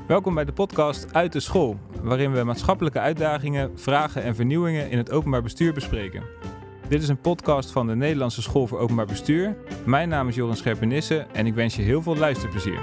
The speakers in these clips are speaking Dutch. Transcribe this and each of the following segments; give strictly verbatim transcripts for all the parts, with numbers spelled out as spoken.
Welkom bij de podcast Uit de School, waarin we maatschappelijke uitdagingen, vragen en vernieuwingen in het openbaar bestuur bespreken. Dit is een podcast van de Nederlandse School voor Openbaar Bestuur. Mijn naam is Joren Scherpenisse en ik wens je heel veel luisterplezier.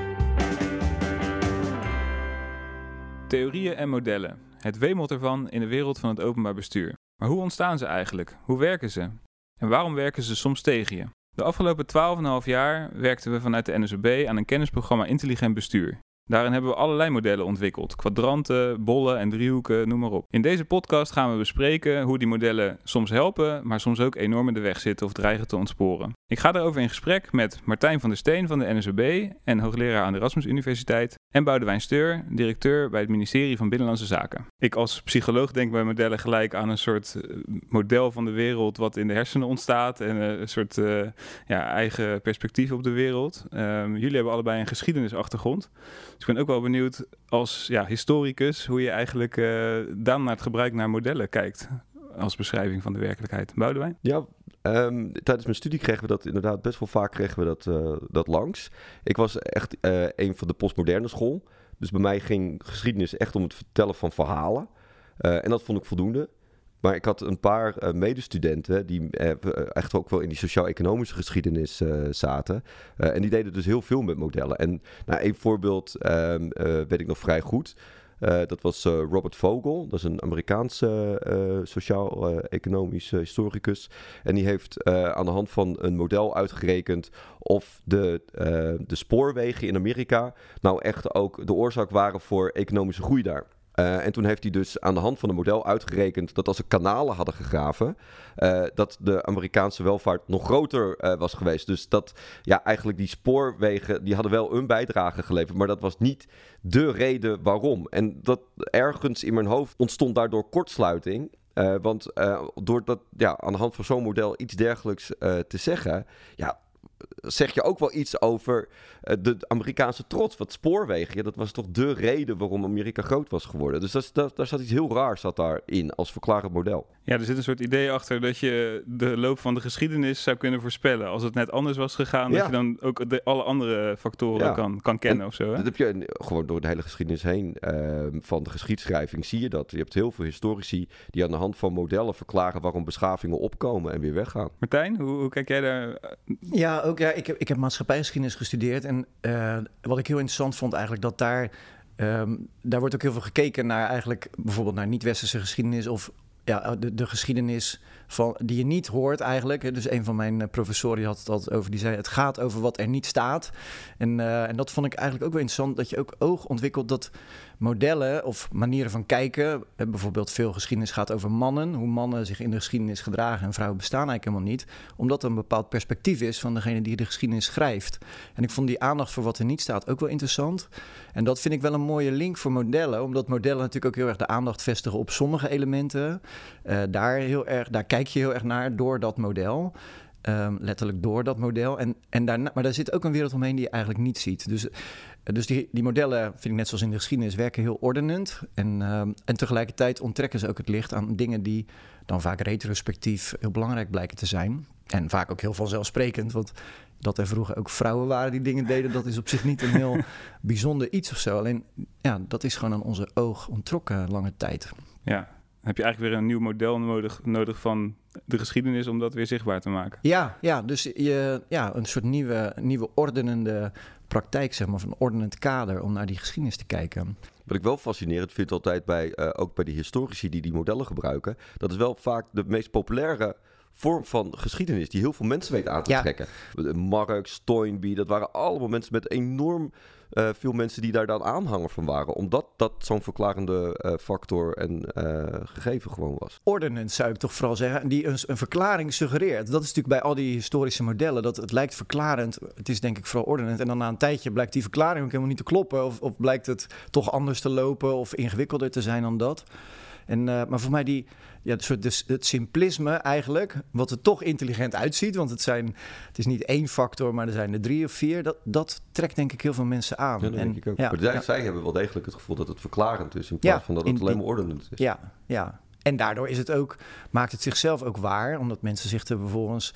Theorieën en modellen. Het wemelt ervan in de wereld van het openbaar bestuur. Maar hoe ontstaan ze eigenlijk? Hoe werken ze? En waarom werken ze soms tegen je? De afgelopen twaalf komma vijf jaar werkten we vanuit de N S O B aan een kennisprogramma Intelligent Bestuur. Daarin hebben we allerlei modellen ontwikkeld. Kwadranten, bollen en driehoeken, noem maar op. In deze podcast gaan we bespreken hoe die modellen soms helpen, maar soms ook enorm in de weg zitten of dreigen te ontsporen. Ik ga daarover in gesprek met Martijn van der Steen van de N S O B en hoogleraar aan de Erasmus Universiteit en Boudewijn Steur, directeur bij het ministerie van Binnenlandse Zaken. Ik als psycholoog denk bij modellen gelijk aan een soort model van de wereld wat in de hersenen ontstaat en een soort uh, ja, eigen perspectief op de wereld. Um, jullie hebben allebei een geschiedenisachtergrond. Dus ik ben ook wel benieuwd als ja, historicus hoe je eigenlijk uh, dan naar het gebruik naar modellen kijkt als beschrijving van de werkelijkheid. Boudewijn? Ja, um, tijdens mijn studie kregen we dat inderdaad best wel vaak kregen we dat, uh, dat langs. Ik was echt uh, een van de postmoderne school. Dus bij mij ging geschiedenis echt om het vertellen van verhalen. Uh, en dat vond ik voldoende. Maar ik had een paar uh, medestudenten die uh, echt ook wel in die sociaal-economische geschiedenis uh, zaten. Uh, en die deden dus heel veel met modellen. En nou, één voorbeeld uh, uh, weet ik nog vrij goed. Uh, dat was uh, Robert Vogel. Dat is een Amerikaanse uh, sociaal-economisch uh, historicus. En die heeft uh, aan de hand van een model uitgerekend of de, uh, de spoorwegen in Amerika nou echt ook de oorzaak waren voor economische groei daar. Uh, en toen heeft hij dus aan de hand van een model uitgerekend dat als ze kanalen hadden gegraven, uh, dat de Amerikaanse welvaart nog groter uh, was geweest. Dus dat ja, eigenlijk die spoorwegen, die hadden wel een bijdrage geleverd, maar dat was niet de reden waarom. En dat ergens in mijn hoofd ontstond daardoor kortsluiting. Uh, want uh, door dat ja, aan de hand van zo'n model iets dergelijks uh, te zeggen, ja, zeg je ook wel iets over uh, de Amerikaanse trots. Want spoorwegen, ja, dat was toch de reden waarom Amerika groot was geworden. Dus dat, dat, daar zat iets heel raars zat daarin als verklarend model. Ja, er zit een soort idee achter dat je de loop van de geschiedenis zou kunnen voorspellen. Als het net anders was gegaan, ja. Dat je dan ook de, alle andere factoren ja. kan, kan kennen en of zo. Hè? Dat heb je gewoon door de hele geschiedenis heen uh, van de geschiedschrijving zie je dat. Je hebt heel veel historici die aan de hand van modellen verklaren waarom beschavingen opkomen en weer weggaan. Martijn, hoe, hoe kijk jij daar? Ja, ook ja, ik heb, ik heb maatschappijgeschiedenis gestudeerd en uh, wat ik heel interessant vond eigenlijk dat daar, um, daar wordt ook heel veel gekeken naar eigenlijk bijvoorbeeld naar niet-westerse geschiedenis of ja, de, de geschiedenis van, die je niet hoort eigenlijk. Dus een van mijn professoren die had het altijd over, die zei het gaat over wat er niet staat. En, uh, en dat vond ik eigenlijk ook wel interessant, dat je ook oog ontwikkelt dat modellen of manieren van kijken, bijvoorbeeld veel geschiedenis gaat over mannen, hoe mannen zich in de geschiedenis gedragen en vrouwen bestaan eigenlijk helemaal niet, omdat er een bepaald perspectief is van degene die de geschiedenis schrijft. En ik vond die aandacht voor wat er niet staat ook wel interessant. En dat vind ik wel een mooie link voor modellen, omdat modellen natuurlijk ook heel erg de aandacht vestigen op sommige elementen. Uh, daar, heel erg, daar kijk je heel erg naar door dat model. Um, letterlijk door dat model. En, en daarna, maar daar zit ook een wereld omheen die je eigenlijk niet ziet. Dus, dus die, die modellen, vind ik net zoals in de geschiedenis, werken heel ordenend. En, um, en tegelijkertijd onttrekken ze ook het licht aan dingen die dan vaak retrospectief heel belangrijk blijken te zijn. En vaak ook heel vanzelfsprekend, want dat er vroeger ook vrouwen waren die dingen deden, dat is op zich niet een heel bijzonder iets of zo. Alleen, ja, dat is gewoon aan onze oog onttrokken lange tijd. Ja. Heb je eigenlijk weer een nieuw model nodig, nodig van de geschiedenis om dat weer zichtbaar te maken? Ja, ja dus je, ja, een soort nieuwe, nieuwe ordenende praktijk, zeg maar, of een ordenend kader om naar die geschiedenis te kijken. Wat ik wel fascinerend vind altijd bij, uh, ook bij die historici die die modellen gebruiken, dat is wel vaak de meest populaire vorm van geschiedenis die heel veel mensen weten aan te ja. trekken. Marx, Toynbee, dat waren allemaal mensen met enorm uh, veel mensen die daar dan aanhanger van waren. Omdat dat zo'n verklarende uh, factor en uh, gegeven gewoon was. Ordenend zou ik toch vooral zeggen. Die een, een verklaring suggereert. Dat is natuurlijk bij al die historische modellen. Dat het lijkt verklarend. Het is denk ik vooral ordenend. En dan na een tijdje blijkt die verklaring ook helemaal niet te kloppen. Of, of blijkt het toch anders te lopen of ingewikkelder te zijn dan dat. En, uh, maar voor mij die, ja, het, soort, dus het simplisme eigenlijk, wat er toch intelligent uitziet, want het, zijn, het is niet één factor, maar er zijn er drie of vier, dat, dat trekt denk ik heel veel mensen aan. Ja, dat en, denk ik ook. Ja, maar zij, ja. zij hebben wel degelijk het gevoel dat het verklarend is, in plaats ja, van dat het in, alleen in, maar ordenend is. Ja, ja. En daardoor is het ook, maakt het zichzelf ook waar, omdat mensen zich er vervolgens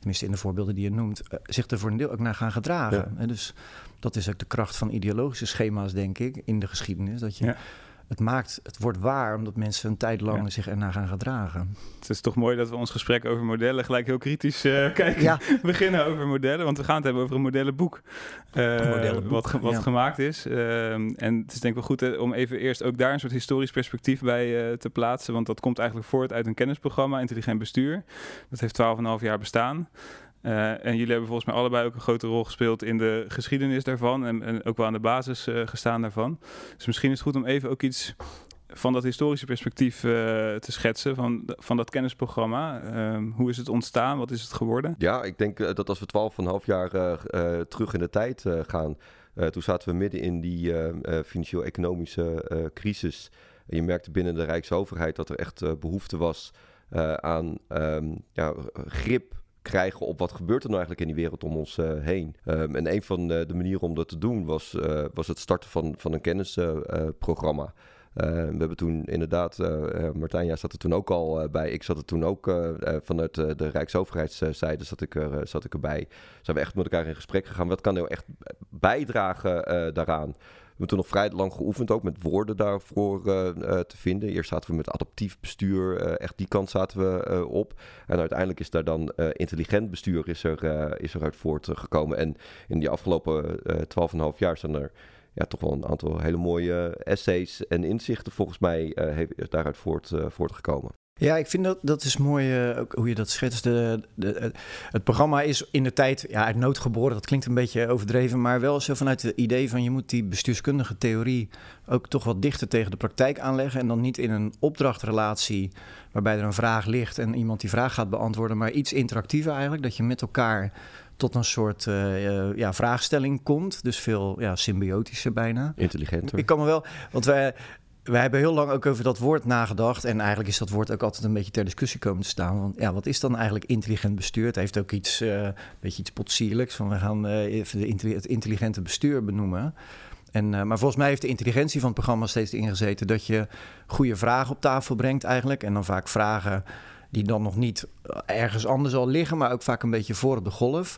tenminste in de voorbeelden die je noemt, uh, zich er voor een deel ook naar gaan gedragen. Ja. En dus dat is ook de kracht van ideologische schema's, denk ik, in de geschiedenis. Dat je... Ja. Het maakt, het wordt waar omdat mensen een tijd lang ja. zich ernaar gaan gedragen. Het is toch mooi dat we ons gesprek over modellen gelijk heel kritisch uh, kijken. Ja. beginnen over modellen, want we gaan het hebben over een modellenboek. Uh, een modellenboek wat, ge- wat ja. gemaakt is. Uh, en het is denk ik wel goed uh, om even eerst ook daar een soort historisch perspectief bij uh, te plaatsen. Want dat komt eigenlijk voort uit een kennisprogramma, Intelligent Bestuur. Dat heeft twaalf en een half jaar bestaan. Uh, en jullie hebben volgens mij allebei ook een grote rol gespeeld in de geschiedenis daarvan en, en ook wel aan de basis uh, gestaan daarvan. Dus misschien is het goed om even ook iets van dat historische perspectief uh, te schetsen, van, van dat kennisprogramma. Uh, hoe is het ontstaan? Wat is het geworden? Ja, ik denk uh, dat als we twaalf en een half jaar uh, uh, terug in de tijd uh, gaan, uh, toen zaten we midden in die uh, uh, financieel-economische uh, crisis. En je merkte binnen de Rijksoverheid dat er echt uh, behoefte was uh, aan um, ja, grip krijgen op wat gebeurt er nou eigenlijk in die wereld om ons uh, heen. Um, en een van uh, de manieren om dat te doen was, uh, was het starten van, van een kennisprogramma. Uh, uh, we hebben toen inderdaad, uh, uh, Martijn, jij zat er toen ook al uh, bij. Ik zat er toen ook uh, uh, vanuit uh, de Rijksoverheidszijde zat ik, er, uh, zat ik erbij. Zijn we echt met elkaar in gesprek gegaan. Wat kan nou echt bijdragen uh, daaraan? We hebben toen nog vrij lang geoefend, ook met woorden daarvoor uh, uh, te vinden. Eerst zaten we met adaptief bestuur, uh, echt die kant zaten we uh, op. En uiteindelijk is daar dan uh, intelligent bestuur is er, uh, is er uit voortgekomen. En in die afgelopen twaalf en een half jaar zijn er ja, toch wel een aantal hele mooie essays en inzichten volgens mij uh, heeft daaruit voort, uh, voortgekomen. Ja, ik vind dat, dat is mooi uh, ook hoe je dat schetst. De, de, het programma is in de tijd ja, uit nood geboren. Dat klinkt een beetje overdreven, maar wel zo vanuit het idee van je moet die bestuurskundige theorie ook toch wat dichter tegen de praktijk aanleggen. En dan niet in een opdrachtrelatie waarbij er een vraag ligt en iemand die vraag gaat beantwoorden, maar iets interactiever eigenlijk. Dat je met elkaar tot een soort uh, uh, ja, vraagstelling komt. Dus veel ja, symbiotischer bijna. Intelligenter. Ik kan me wel, want wij... Wij hebben heel lang ook over dat woord nagedacht. En eigenlijk is dat woord ook altijd een beetje ter discussie komen te staan. Want ja, wat is dan eigenlijk intelligent bestuur? Het heeft ook iets, uh, een beetje iets potsierlijks. Van we gaan uh, even de intelli- het intelligente bestuur benoemen. En, uh, maar volgens mij heeft de intelligentie van het programma steeds ingezeten dat je goede vragen op tafel brengt eigenlijk. En dan vaak vragen die dan nog niet ergens anders al liggen, maar ook vaak een beetje voor op de golf.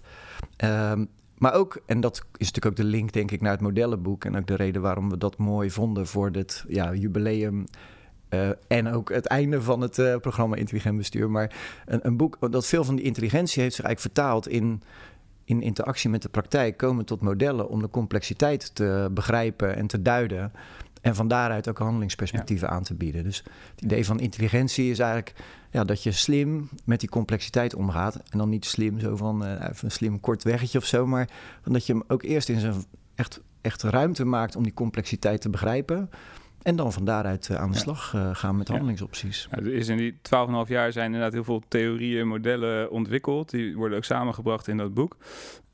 Um, Maar ook, en dat is natuurlijk ook de link denk ik naar het modellenboek en ook de reden waarom we dat mooi vonden voor dit ja, jubileum uh, en ook het einde van het uh, programma Intelligent Bestuur. Maar een, een boek dat veel van die intelligentie heeft zich eigenlijk vertaald in, in interactie met de praktijk, komen tot modellen om de complexiteit te begrijpen en te duiden. En van daaruit ook handelingsperspectieven ja. aan te bieden. Dus het idee van intelligentie is eigenlijk ja, dat je slim met die complexiteit omgaat. En dan niet slim zo van uh, even een slim kort weggetje of zo. Maar dat je hem ook eerst in zijn echt, echt ruimte maakt om die complexiteit te begrijpen. En dan van daaruit uh, aan de ja. slag uh, gaan met handelingsopties. Ja, er is in die twaalf en een half jaar zijn inderdaad heel veel theorieën, modellen ontwikkeld. Die worden ook samengebracht in dat boek.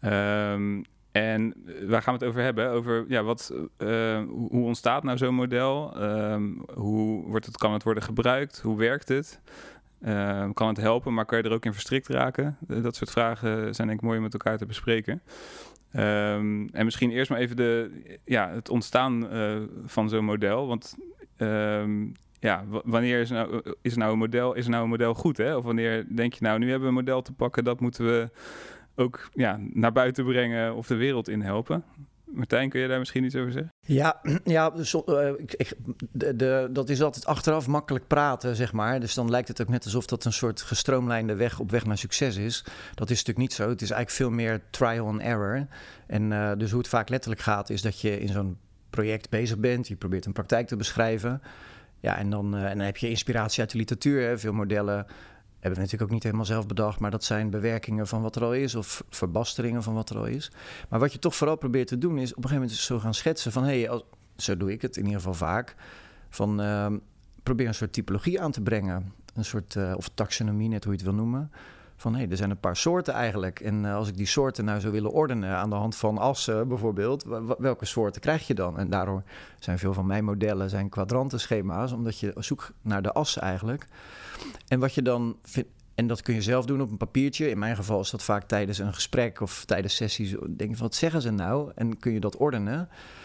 Um, En waar gaan we het over hebben? Over ja, wat, uh, hoe ontstaat nou zo'n model? Um, hoe wordt het, kan het worden gebruikt? Hoe werkt het? Uh, kan het helpen, maar kan je er ook in verstrikt raken? Uh, dat soort vragen zijn denk ik mooi om met elkaar te bespreken. Um, en misschien eerst maar even de, ja, het ontstaan uh, van zo'n model. Want um, ja, w- wanneer is nou, is nou een model, is nou een model goed? Hè? Of wanneer denk je nou, nu hebben we een model te pakken, dat moeten we ook ja, naar buiten brengen of de wereld in helpen. Martijn, kun je daar misschien iets over zeggen? Ja, ja dus, uh, ik, ik, de, de, dat is altijd achteraf makkelijk praten, zeg maar. Dus dan lijkt het ook net alsof dat een soort gestroomlijnde weg op weg naar succes is. Dat is natuurlijk niet zo. Het is eigenlijk veel meer trial and error. En uh, dus hoe het vaak letterlijk gaat, is dat je in zo'n project bezig bent. Je probeert een praktijk te beschrijven. Ja, en dan, uh, en dan heb je inspiratie uit de literatuur. Hè. Veel modellen hebben we natuurlijk ook niet helemaal zelf bedacht, maar dat zijn bewerkingen van wat er al is of verbasteringen van wat er al is. Maar wat je toch vooral probeert te doen is op een gegeven moment zo gaan schetsen van hé, hey, zo doe ik het in ieder geval vaak, van uh, probeer een soort typologie aan te brengen, een soort uh, of taxonomie, net hoe je het wil noemen. Van hé, hey, er zijn een paar soorten eigenlijk. En uh, als ik die soorten nou zou willen ordenen aan de hand van assen bijvoorbeeld, w- welke soorten krijg je dan? En daardoor zijn veel van mijn modellen zijn kwadrantenschema's, omdat je zoekt naar de assen eigenlijk. En wat je dan vindt, en dat kun je zelf doen op een papiertje. In mijn geval is dat vaak tijdens een gesprek of tijdens sessies. Denk je van, wat zeggen ze nou? En kun je dat ordenen?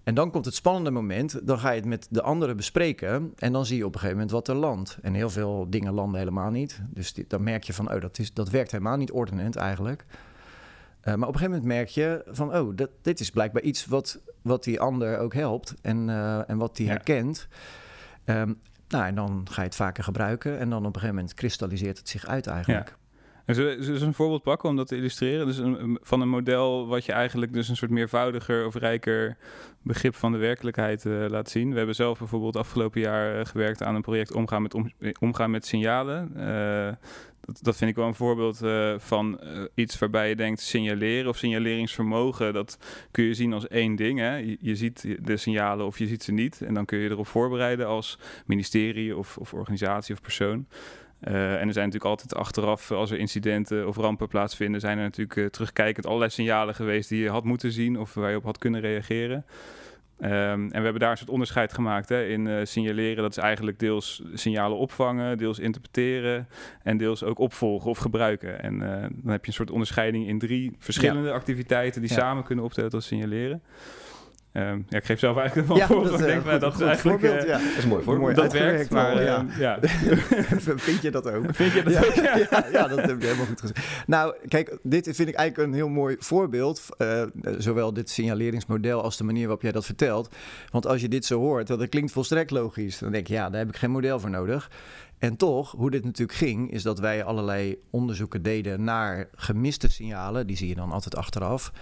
En dan komt het spannende moment, dan ga je het met de anderen bespreken en dan zie je op een gegeven moment wat er landt. En heel veel dingen landen helemaal niet. Dus dit, dan merk je van, oh, dat, is, dat werkt helemaal niet ordinant eigenlijk. Uh, maar op een gegeven moment merk je van, oh, dat, dit is blijkbaar iets wat, wat die ander ook helpt en, uh, en wat die ja. herkent. Um, nou, en dan ga je het vaker gebruiken en dan op een gegeven moment kristalliseert het zich uit eigenlijk. Ja. En zullen we eens een voorbeeld pakken om dat te illustreren? Dus een, van een model wat je eigenlijk dus een soort meervoudiger of rijker begrip van de werkelijkheid uh, laat zien. We hebben zelf bijvoorbeeld afgelopen jaar uh, gewerkt aan een project omgaan met, om, omgaan met signalen. Uh, dat, dat vind ik wel een voorbeeld uh, van uh, iets waarbij je denkt signaleren of signaleringsvermogen. Dat kun je zien als één ding. Hè? Je, je ziet de signalen of je ziet ze niet. En dan kun je erop voorbereiden als ministerie of, of organisatie of persoon. Uh, en er zijn natuurlijk altijd achteraf, als er incidenten of rampen plaatsvinden, zijn er natuurlijk uh, terugkijkend allerlei signalen geweest die je had moeten zien of waar je op had kunnen reageren. Um, en we hebben daar een soort onderscheid gemaakt hè, in uh, signaleren. Dat is eigenlijk deels signalen opvangen, deels interpreteren en deels ook opvolgen of gebruiken. En uh, dan heb je een soort onderscheiding in drie verschillende ja. activiteiten die ja. samen kunnen optellen tot signaleren. Um, ja, ik geef zelf eigenlijk wel een ja, voorbeeld. Dat, ik denk, goed, dat goed, is eigenlijk voorbeeld, uh, ja. Dat is mooi voorbeeld. Dat werkt, maar uh, ja. ja. Vind je dat ook? Vind je dat ja, ook? Ja. Ja, ja, dat heb je helemaal goed gezegd. Nou, kijk, dit vind ik eigenlijk een heel mooi voorbeeld. Uh, zowel dit signaleringsmodel als de manier waarop jij dat vertelt. Want als je dit zo hoort, dat klinkt volstrekt logisch. Dan denk je, ja, daar heb ik geen model voor nodig. En toch, hoe dit natuurlijk ging, is dat wij allerlei onderzoeken deden naar gemiste signalen. Die zie je dan altijd achteraf.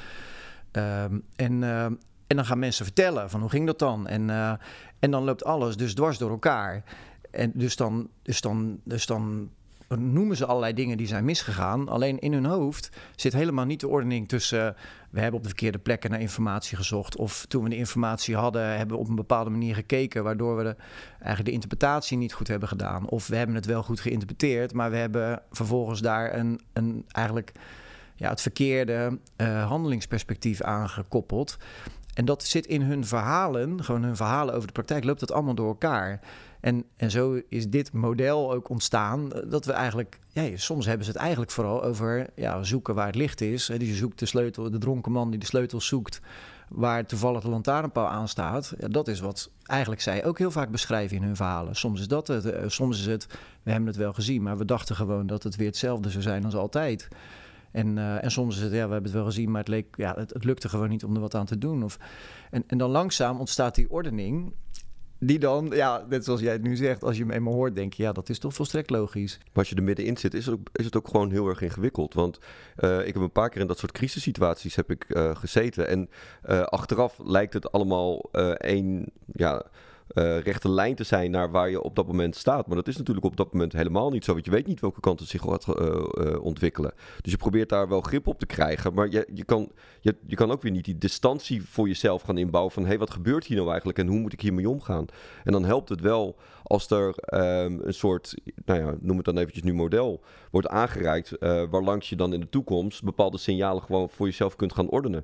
Um, en... Uh, En dan gaan mensen vertellen van hoe ging dat dan? En, uh, en dan loopt alles dus dwars door elkaar. En dus dan, dus, dan, dus dan noemen ze allerlei dingen die zijn misgegaan. Alleen in hun hoofd zit helemaal niet de ordening tussen... Uh, we hebben op de verkeerde plekken naar informatie gezocht. Of toen we de informatie hadden, hebben we op een bepaalde manier gekeken... waardoor we de, eigenlijk de interpretatie niet goed hebben gedaan. Of we hebben het wel goed geïnterpreteerd... maar we hebben vervolgens daar een, een eigenlijk ja, het verkeerde uh, handelingsperspectief aangekoppeld... En dat zit in hun verhalen, gewoon hun verhalen over de praktijk, loopt dat allemaal door elkaar. En, en zo is dit model ook ontstaan, dat we eigenlijk, ja, soms hebben ze het eigenlijk vooral over ja, zoeken waar het licht is. Die zoekt de sleutel, de dronken man die de sleutel zoekt, waar toevallig de lantaarnpaal aan staat. Ja, dat is wat eigenlijk zij ook heel vaak beschrijven in hun verhalen. Soms is dat het, soms is het, we hebben het wel gezien, maar we dachten gewoon dat het weer hetzelfde zou zijn als altijd. En, uh, en soms is het, ja, we hebben het wel gezien, maar het, leek, ja, het, het lukte gewoon niet om er wat aan te doen. Of, en, en dan langzaam ontstaat die ordening, die dan, ja, net zoals jij het nu zegt, als je hem eenmaal hoort, denk je, ja, dat is toch volstrekt logisch. Maar als je er middenin zit, is het ook, is het ook gewoon heel erg ingewikkeld. Want uh, ik heb een paar keer in dat soort crisissituaties heb ik uh, gezeten. En uh, achteraf lijkt het allemaal uh, één, ja... Uh, rechte lijn te zijn naar waar je op dat moment staat. Maar dat is natuurlijk op dat moment helemaal niet zo. Want je weet niet welke kant het zich gaat uh, uh, ontwikkelen. Dus je probeert daar wel grip op te krijgen. Maar je, je, kan, je, je kan ook weer niet die distantie voor jezelf gaan inbouwen. Van hé, hey, wat gebeurt hier nou eigenlijk? En hoe moet ik hiermee omgaan? En dan helpt het wel als er um, een soort, nou ja, noem het dan eventjes nu model, wordt aangereikt. Uh, waarlangs je dan in de toekomst bepaalde signalen gewoon voor jezelf kunt gaan ordenen.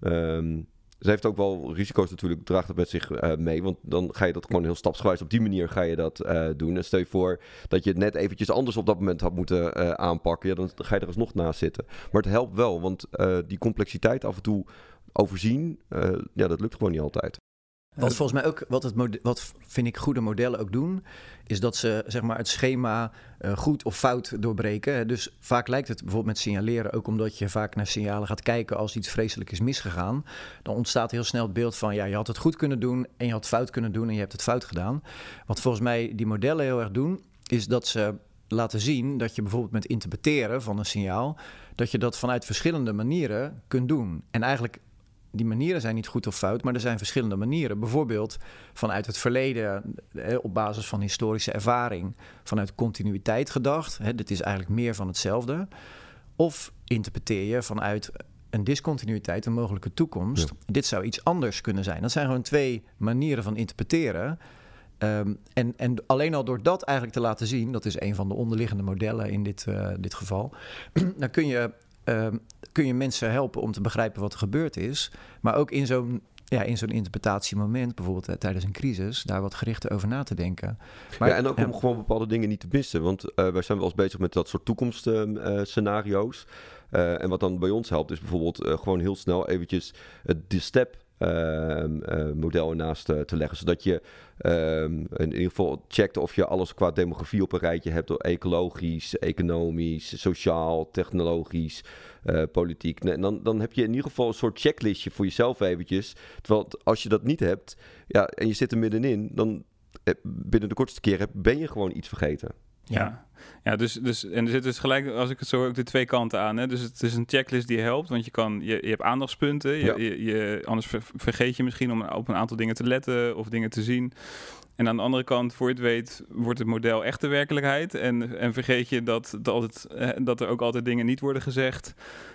Um, Ze heeft ook wel risico's natuurlijk, draagt het met zich uh, mee. Want dan ga je dat gewoon heel stapsgewijs op die manier ga je dat uh, doen. En stel je voor dat je het net eventjes anders op dat moment had moeten uh, aanpakken. Ja, dan ga je er alsnog naast zitten. Maar het helpt wel, want uh, die complexiteit af en toe overzien, uh, ja, dat lukt gewoon niet altijd. Wat volgens mij ook, wat, het mode- wat vind ik goede modellen ook doen, is dat ze zeg maar het schema uh, goed of fout doorbreken. Dus vaak lijkt het bijvoorbeeld met signaleren, ook omdat je vaak naar signalen gaat kijken als iets vreselijk is misgegaan. Dan ontstaat heel snel het beeld van, ja, je had het goed kunnen doen en je had het fout kunnen doen en je hebt het fout gedaan. Wat volgens mij die modellen heel erg doen, is dat ze laten zien dat je bijvoorbeeld met interpreteren van een signaal, dat je dat vanuit verschillende manieren kunt doen. En eigenlijk die manieren zijn niet goed of fout, maar er zijn verschillende manieren. Bijvoorbeeld vanuit het verleden, op basis van historische ervaring, vanuit continuïteit gedacht. Hè, dit is eigenlijk meer van hetzelfde. Of interpreteer je vanuit een discontinuïteit, een mogelijke toekomst. Ja. Dit zou iets anders kunnen zijn. Dat zijn gewoon twee manieren van interpreteren. Um, en, en alleen al door dat eigenlijk te laten zien, dat is een van de onderliggende modellen in dit, uh, dit geval, dan kun je Uh, kun je mensen helpen om te begrijpen wat er gebeurd is. Maar ook in zo'n, ja, in zo'n interpretatiemoment, bijvoorbeeld uh, tijdens een crisis, daar wat gerichter over na te denken. Maar, ja, en ook om ja. gewoon bepaalde dingen niet te missen. Want uh, wij zijn wel eens bezig met dat soort toekomstscenario's. Uh, uh, en wat dan bij ons helpt is bijvoorbeeld uh, gewoon heel snel eventjes uh, de step um, uh, model ernaast uh, te leggen. Zodat je um, in ieder geval checkt of je alles qua demografie op een rijtje hebt. Door ecologisch, economisch, sociaal, technologisch, uh, politiek. En dan, dan heb je in ieder geval een soort checklistje voor jezelf eventjes. Terwijl als je dat niet hebt, ja, en je zit er middenin, dan binnen de kortste keer ben je gewoon iets vergeten. Ja, ja dus, dus, en er zit dus gelijk, als ik het zo ook de twee kanten aan. Hè? Dus het is een checklist die helpt, want je, kan, je, je hebt aandachtspunten. Je, Ja. je, je, anders ver, vergeet je misschien om op een aantal dingen te letten of dingen te zien. En aan de andere kant, voor je het weet, wordt het model echt de werkelijkheid. En, en vergeet je dat, dat, altijd, dat er ook altijd dingen niet worden gezegd.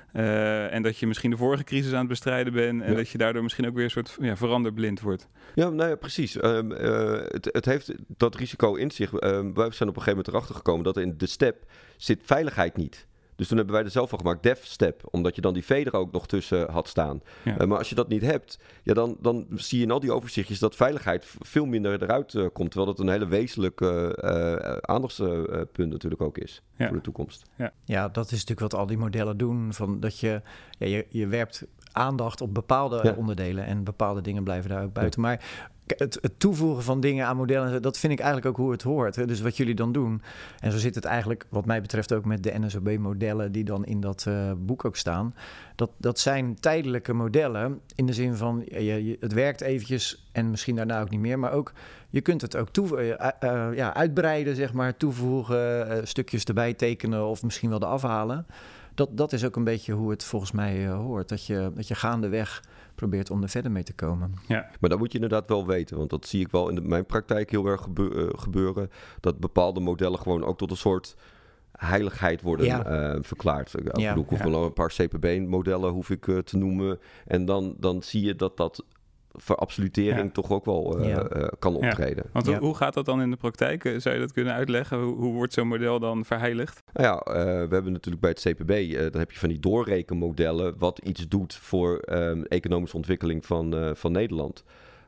Uh, en dat je misschien de vorige crisis aan het bestrijden bent. En Ja. dat je daardoor misschien ook weer een soort ja, veranderblind wordt. Ja, nou ja, precies. Um, uh, het, het heeft dat risico in zich. Um, wij zijn op een gegeven moment erachter gekomen dat in de step zit veiligheid niet. Dus toen hebben wij er zelf van gemaakt, def step. Omdat je dan die V er ook nog tussen had staan. Ja. Uh, maar als je dat niet hebt, ja, dan, dan zie je in al die overzichtjes dat veiligheid veel minder eruit uh, komt. Terwijl dat een hele wezenlijk uh, uh, aandachtspunt natuurlijk ook is Ja. voor de toekomst. Ja. Ja, dat is natuurlijk wat al die modellen doen. Van dat je, ja, je, je werpt aandacht op bepaalde Ja. onderdelen en bepaalde dingen blijven daar ook buiten. Ja. Maar het, het toevoegen van dingen aan modellen, dat vind ik eigenlijk ook hoe het hoort. Hè? Dus wat jullie dan doen. En zo zit het eigenlijk, wat mij betreft, ook met de N S O B-modellen die dan in dat uh, boek ook staan. Dat, dat zijn tijdelijke modellen in de zin van, je, je, het werkt eventjes en misschien daarna ook niet meer. Maar ook, je kunt het ook toe, uh, uh, ja, uitbreiden, zeg maar, toevoegen, uh, stukjes erbij tekenen of misschien wel de afhalen. Dat, dat is ook een beetje hoe het volgens mij uh, hoort. Dat je, dat je gaandeweg probeert om er verder mee te komen. Ja. Maar dat moet je inderdaad wel weten. Want dat zie ik wel in de, mijn praktijk heel erg gebe- uh, gebeuren. Dat bepaalde modellen gewoon ook tot een soort heiligheid worden ja. uh, verklaard. Ik Ja, bedoel, ik hoef ja. wel een paar C P B-modellen hoef ik uh, te noemen. En dan, dan zie je dat dat verabsolutering Ja. toch ook wel uh, Ja. uh, kan optreden. Ja. Want Ja. hoe, hoe gaat dat dan in de praktijk? Zou je dat kunnen uitleggen? Hoe, hoe wordt zo'n model dan verheiligd? Nou ja, uh, we hebben natuurlijk bij het C P B, uh, dan heb je van die doorrekenmodellen wat iets doet voor um, economische ontwikkeling van, uh, van Nederland.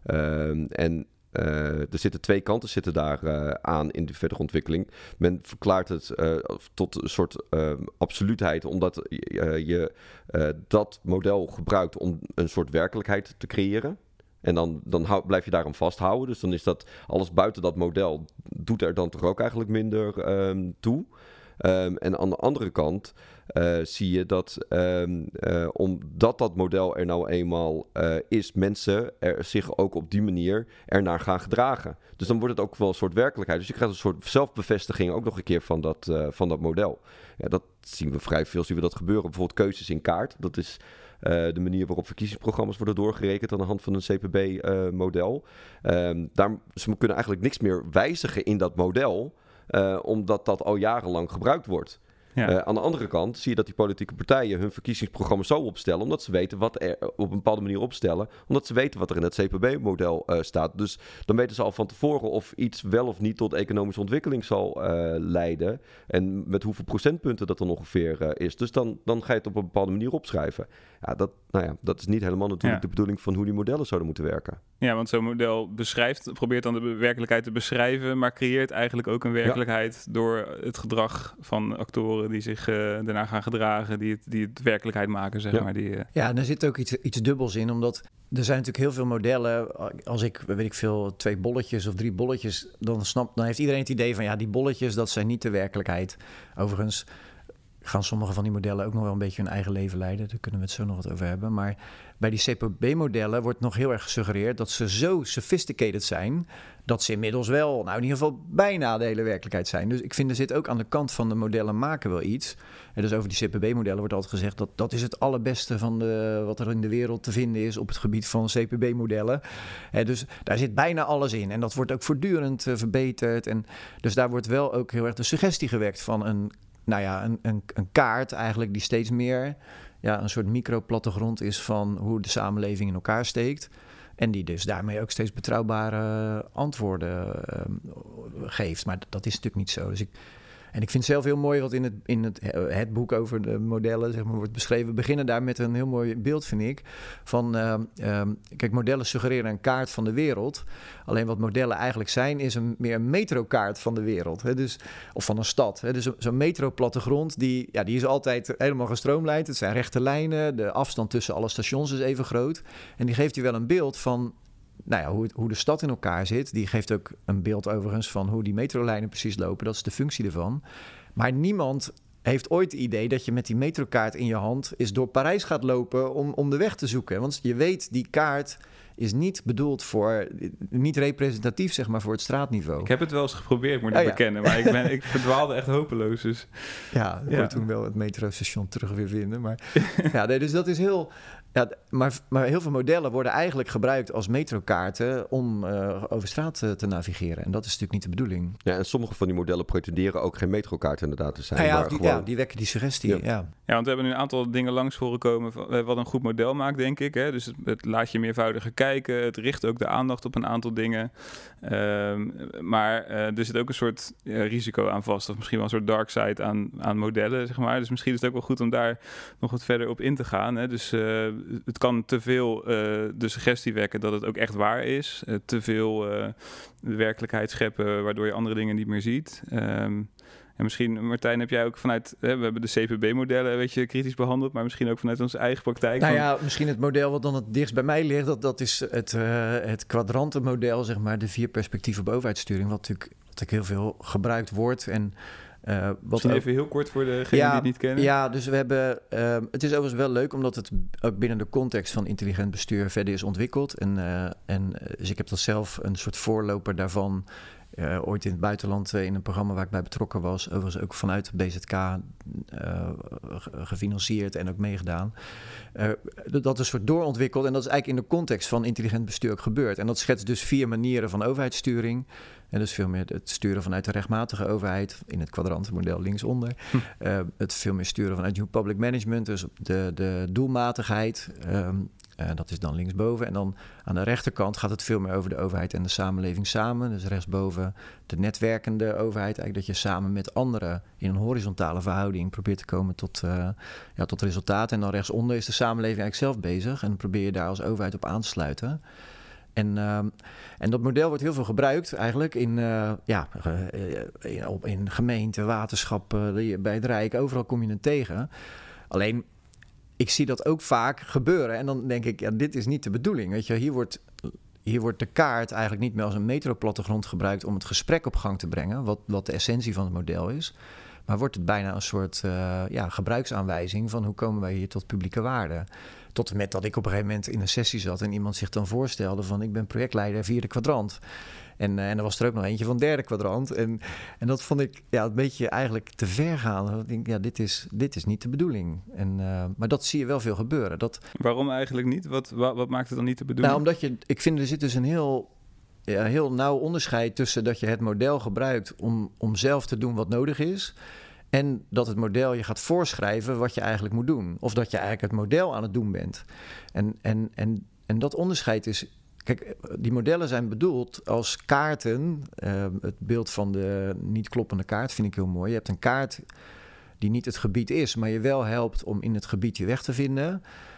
Um, en uh, er zitten twee kanten zitten daar uh, aan in de verdere ontwikkeling. Men verklaart het uh, tot een soort uh, absoluutheid, omdat uh, je uh, dat model gebruikt om een soort werkelijkheid te creëren. En dan, dan hou, blijf je daaraan vasthouden. Dus dan is dat alles buiten dat model doet er dan toch ook eigenlijk minder um, toe. Um, en aan de andere kant uh, zie je dat um, uh, omdat dat model er nou eenmaal uh, is, mensen er zich ook op die manier ernaar gaan gedragen. Dus dan wordt het ook wel een soort werkelijkheid. Dus je krijgt een soort zelfbevestiging ook nog een keer van dat, uh, van dat model. Ja, dat zien we vrij veel, zien we dat gebeuren. Bijvoorbeeld keuzes in kaart. Dat is uh, de manier waarop verkiezingsprogramma's worden doorgerekend aan de hand van een C P B-model. Uh, um, daar, ze kunnen eigenlijk niks meer wijzigen in dat model, Uh, omdat dat al jarenlang gebruikt wordt. Ja. Uh, aan de andere kant zie je dat die politieke partijen hun verkiezingsprogramma zo opstellen, omdat ze weten wat er op een bepaalde manier opstellen, omdat ze weten wat er in het C P B-model uh, staat. Dus dan weten ze al van tevoren of iets wel of niet tot economische ontwikkeling zal uh, leiden en met hoeveel procentpunten dat dan ongeveer uh, is. Dus dan, dan ga je het op een bepaalde manier opschrijven. Ja, dat, nou ja, dat is niet helemaal natuurlijk ja. de bedoeling van hoe die modellen zouden moeten werken. Ja, want zo'n model beschrijft, probeert dan de werkelijkheid te beschrijven, maar creëert eigenlijk ook een werkelijkheid ja. door het gedrag van actoren die zich uh, daarna gaan gedragen, die het, die het werkelijkheid maken, zeg ja. maar. Die, uh... Ja, en er zit ook iets, iets dubbels in, omdat er zijn natuurlijk heel veel modellen. Als ik, weet ik veel, twee bolletjes of drie bolletjes, dan, snap, dan heeft iedereen het idee van, ja, die bolletjes, dat zijn niet de werkelijkheid. Overigens gaan sommige van die modellen ook nog wel een beetje hun eigen leven leiden. Daar kunnen we het zo nog wat over hebben. Maar bij die C P B-modellen wordt nog heel erg gesuggereerd dat ze zo sophisticated zijn, dat ze inmiddels wel, nou in ieder geval bijna de hele werkelijkheid zijn. Dus ik vind er zit ook aan de kant van de modellen maken wel iets. En dus over die C P B-modellen wordt altijd gezegd dat dat is het allerbeste van de, wat er in de wereld te vinden is op het gebied van C P B-modellen. En dus daar zit bijna alles in. En dat wordt ook voortdurend uh, verbeterd. En dus daar wordt wel ook heel erg de suggestie gewekt van een Nou ja, een, een, een kaart eigenlijk die steeds meer ja, een soort microplattegrond is van hoe de samenleving in elkaar steekt. En die dus daarmee ook steeds betrouwbare antwoorden uh, geeft. Maar dat is natuurlijk niet zo. Dus ik, En ik vind zelf heel mooi wat in het, in het, het boek over de modellen zeg maar, wordt beschreven. We beginnen daar met een heel mooi beeld, vind ik. Van, uh, um, kijk, modellen suggereren een kaart van de wereld. Alleen wat modellen eigenlijk zijn, is een, meer een metrokaart van de wereld. Hè? Dus, of van een stad. Hè? Dus zo'n metroplattegrond, die, ja, die is altijd helemaal gestroomlijnd. Het zijn rechte lijnen. De afstand tussen alle stations is even groot. En die geeft je wel een beeld van... Nou ja, hoe, hoe de stad in elkaar zit. Die geeft ook een beeld overigens van hoe die metrolijnen precies lopen. Dat is de functie ervan. Maar niemand heeft ooit het idee dat je met die metrokaart in je hand... eens door Parijs gaat lopen om, om de weg te zoeken. Want je weet, die kaart is niet bedoeld voor... niet representatief, zeg maar, voor het straatniveau. Ik heb het wel eens geprobeerd, moet ik oh, ja. bekennen. Maar ik, ben, ik verdwaalde echt hopeloos. Dus. Ja, ik ja. kon toen wel het metrostation terug weer vinden. Maar, ja, nee, dus dat is heel... Ja, maar, maar heel veel modellen worden eigenlijk gebruikt als metrokaarten om uh, over straat uh, te navigeren. En dat is natuurlijk niet de bedoeling. Ja, en sommige van die modellen pretenderen ook geen metrokaart inderdaad te zijn. Ah, ja, maar die, gewoon... ja, die wekken die suggestie. Ja. Ja. ja, want we hebben nu een aantal dingen langs horen komen van, wat een goed model maakt, denk ik. Hè? Dus het, het laat je meervoudiger kijken. Het richt ook de aandacht op een aantal dingen. Um, maar uh, er zit ook een soort uh, risico aan vast. Of misschien wel een soort dark side aan, aan modellen, zeg maar. Dus misschien is het ook wel goed om daar nog wat verder op in te gaan. Hè? Dus uh, het kan te veel uh, de suggestie wekken dat het ook echt waar is. Uh, te veel uh, de werkelijkheid scheppen, waardoor je andere dingen niet meer ziet. Um, en misschien, Martijn, heb jij ook vanuit... Hè, we hebben de C P B-modellen, weet je, kritisch behandeld... maar misschien ook vanuit onze eigen praktijk. Nou van... ja, misschien het model wat dan het dichtst bij mij ligt... dat, dat is het, uh, het kwadrantenmodel, zeg maar... de vier perspectieven bovenuitsturing... wat natuurlijk, wat natuurlijk heel veel gebruikt wordt... en Uh, wat Misschien ook... even heel kort voor degenen ja, die het niet kennen. Ja, dus we hebben... Uh, het is overigens wel leuk, omdat het ook binnen de context van intelligent bestuur verder is ontwikkeld. En, uh, en dus ik heb dat zelf een soort voorloper daarvan... Uh, ooit in het buitenland uh, in een programma waar ik bij betrokken was. Overigens ook vanuit B Z K uh, gefinancierd en ook meegedaan. Uh, dat is een soort doorontwikkeld. En dat is eigenlijk in de context van intelligent bestuur ook gebeurd. En dat schetst dus vier manieren van overheidssturing. En dus veel meer het sturen vanuit de rechtmatige overheid... in het kwadrantenmodel linksonder. Hm. Uh, het veel meer sturen vanuit New Public Management... dus de, de doelmatigheid... Um, Uh, dat is dan linksboven. En dan aan de rechterkant gaat het veel meer over de overheid en de samenleving samen. Dus rechtsboven de netwerkende overheid. Eigenlijk dat je samen met anderen in een horizontale verhouding probeert te komen tot, uh, ja, tot resultaten. En dan rechtsonder is de samenleving eigenlijk zelf bezig. En dan probeer je daar als overheid op aan te sluiten. En, uh, en dat model wordt heel veel gebruikt eigenlijk in, uh, ja, uh, in, op, in gemeenten, waterschappen, bij het Rijk. Overal kom je het tegen. Alleen... Ik zie dat ook vaak gebeuren. En dan denk ik, ja, dit is niet de bedoeling. Weet je, hier wordt, hier wordt de kaart eigenlijk niet meer als een metroplattegrond gebruikt... om het gesprek op gang te brengen, wat, wat de essentie van het model is. Maar wordt het bijna een soort uh, ja, gebruiksaanwijzing... van hoe komen wij hier tot publieke waarde. Tot en met dat ik op een gegeven moment in een sessie zat... en iemand zich dan voorstelde van... ik ben projectleider vierde kwadrant. En, uh, en er was er ook nog eentje van derde kwadrant. En, en dat vond ik ja, een beetje eigenlijk te ver gaan. Ik denk, ja, dit is, dit is niet de bedoeling. En, uh, maar dat zie je wel veel gebeuren. Dat, Waarom eigenlijk niet? Wat, wat, wat maakt het dan niet de bedoeling? Nou, omdat je... Ik vind er zit dus een heel... Ja, heel nauw onderscheid tussen dat je het model gebruikt... om, om zelf te doen wat nodig is... en dat het model je gaat voorschrijven wat je eigenlijk moet doen. Of dat je eigenlijk het model aan het doen bent. En, en, en, en dat onderscheid is... Kijk, die modellen zijn bedoeld als kaarten. Uh, het beeld van de niet kloppende kaart vind ik heel mooi. Je hebt een kaart die niet het gebied is... maar je wel helpt om in het gebied je weg te vinden...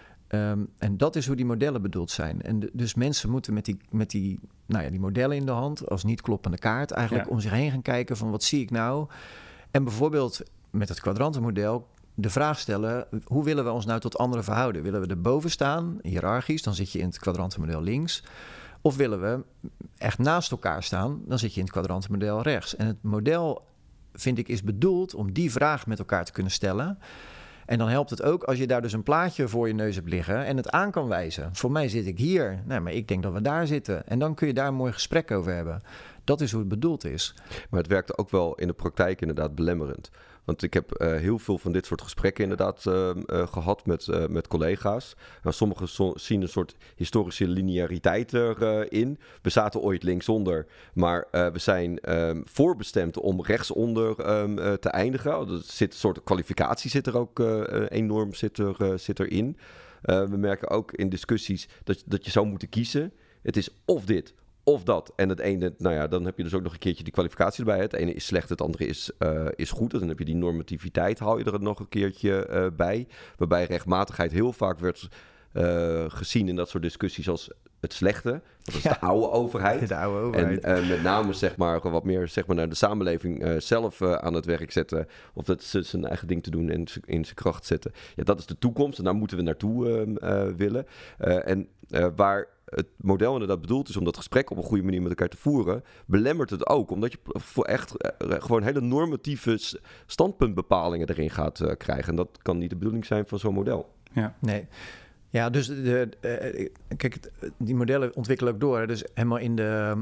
Um, en dat is hoe die modellen bedoeld zijn. En de, dus mensen moeten met, die, met die, nou ja, die modellen in de hand... als niet kloppende kaart eigenlijk ja. om zich heen gaan kijken... van wat zie ik nou? En bijvoorbeeld met het kwadrantenmodel... de vraag stellen, hoe willen we ons nou tot anderen verhouden? Willen we erboven staan, hiërarchisch, dan zit je in het kwadrantenmodel links. Of willen we echt naast elkaar staan, dan zit je in het kwadrantenmodel rechts. En het model, vind ik, is bedoeld om die vraag met elkaar te kunnen stellen. En dan helpt het ook als je daar dus een plaatje voor je neus hebt liggen en het aan kan wijzen. Voor mij zit ik hier, nee, maar ik denk dat we daar zitten. En dan kun je daar een mooi gesprek over hebben. Dat is hoe het bedoeld is. Maar het werkt ook wel in de praktijk inderdaad belemmerend. Want ik heb uh, heel veel van dit soort gesprekken inderdaad uh, uh, gehad met, uh, met collega's. Nou, sommigen so- zien een soort historische lineariteit erin. Uh, we zaten ooit linksonder, maar uh, we zijn um, voorbestemd om rechtsonder um, uh, te eindigen. Er zit een soort kwalificatie zit er ook uh, enorm zit er, uh, zit erin. Uh, we merken ook in discussies dat, dat je zou moeten kiezen. Het is of dit Of dat. En het ene, nou ja, dan heb je dus ook nog een keertje die kwalificatie erbij. Het ene is slecht, het andere is, uh, is goed. En dan heb je die normativiteit, haal je er nog een keertje uh, bij. Waarbij rechtmatigheid heel vaak werd uh, gezien in dat soort discussies als het slechte. Dat is ja. de oude overheid. De oude overheid. En uh, met name zeg maar wat meer zeg maar, naar de samenleving uh, zelf uh, aan het werk zetten. Of dat ze zijn eigen ding te doen en in zijn kracht zetten. Ja, dat is de toekomst en daar moeten we naartoe uh, uh, willen. Uh, en uh, waar het model inderdaad bedoeld is om dat gesprek op een goede manier met elkaar te voeren, belemmert het ook. Omdat je voor echt uh, gewoon hele normatieve standpuntbepalingen erin gaat uh, krijgen. En dat kan niet de bedoeling zijn van zo'n model. Ja, nee. Ja, dus de, uh, kijk, die modellen ontwikkelen ook door. Hè? Dus helemaal in de,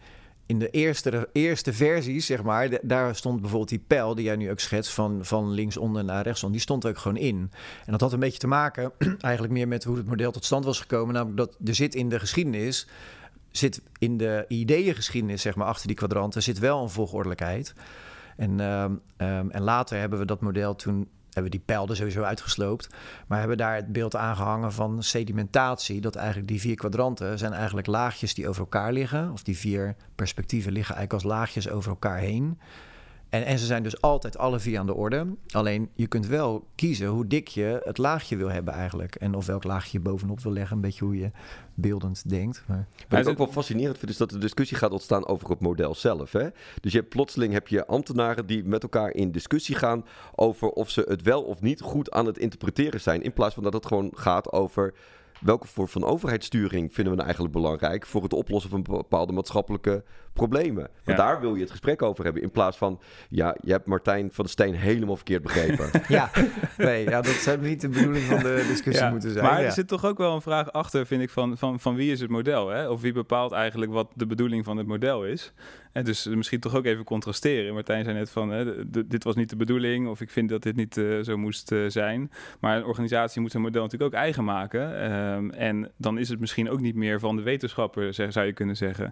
in de eerste, de eerste versies, zeg maar, de, daar stond bijvoorbeeld die pijl die jij nu ook schetst van, van linksonder naar rechtsonder, die stond ook gewoon in. En dat had een beetje te maken eigenlijk meer met hoe het model tot stand was gekomen. Namelijk dat er zit in de geschiedenis, zit in de ideeëngeschiedenis, zeg maar, achter die kwadranten, zit wel een volgordelijkheid. En, um, um, en later hebben we dat model toen hebben we die pijl er sowieso uitgesloopt. Maar hebben daar het beeld aangehangen van sedimentatie. Dat eigenlijk die vier kwadranten zijn eigenlijk laagjes die over elkaar liggen. Of die vier perspectieven liggen eigenlijk als laagjes over elkaar heen. En, en ze zijn dus altijd alle vier aan de orde. Alleen je kunt wel kiezen hoe dik je het laagje wil hebben eigenlijk. En of welk laagje je bovenop wil leggen. Een beetje hoe je beeldend denkt. Maar Wat ik ook wel fascinerend vind is dat de discussie gaat ontstaan over het model zelf. Hè? Dus je hebt, plotseling heb je ambtenaren die met elkaar in discussie gaan over of ze het wel of niet goed aan het interpreteren zijn. In plaats van dat het gewoon gaat over welke vorm van overheidssturing vinden we nou eigenlijk belangrijk voor het oplossen van bepaalde maatschappelijke problemen. Want ja. daar wil je het gesprek over hebben. In plaats van, ja, je hebt Martijn van der Steen helemaal verkeerd begrepen. ja, nee, ja, dat zou niet de bedoeling van de discussie ja, moeten zijn. Maar ja. er zit toch ook wel een vraag achter, vind ik, van, van, van wie is het model? Hè? Of wie bepaalt eigenlijk wat de bedoeling van het model is? En dus misschien toch ook even contrasteren. Martijn zei net van, hè, d- dit was niet de bedoeling, of ik vind dat dit niet uh, zo moest uh, zijn. Maar een organisatie moet zijn model natuurlijk ook eigen maken. Um, en dan is het misschien ook niet meer van de wetenschapper, zeg, zou je kunnen zeggen.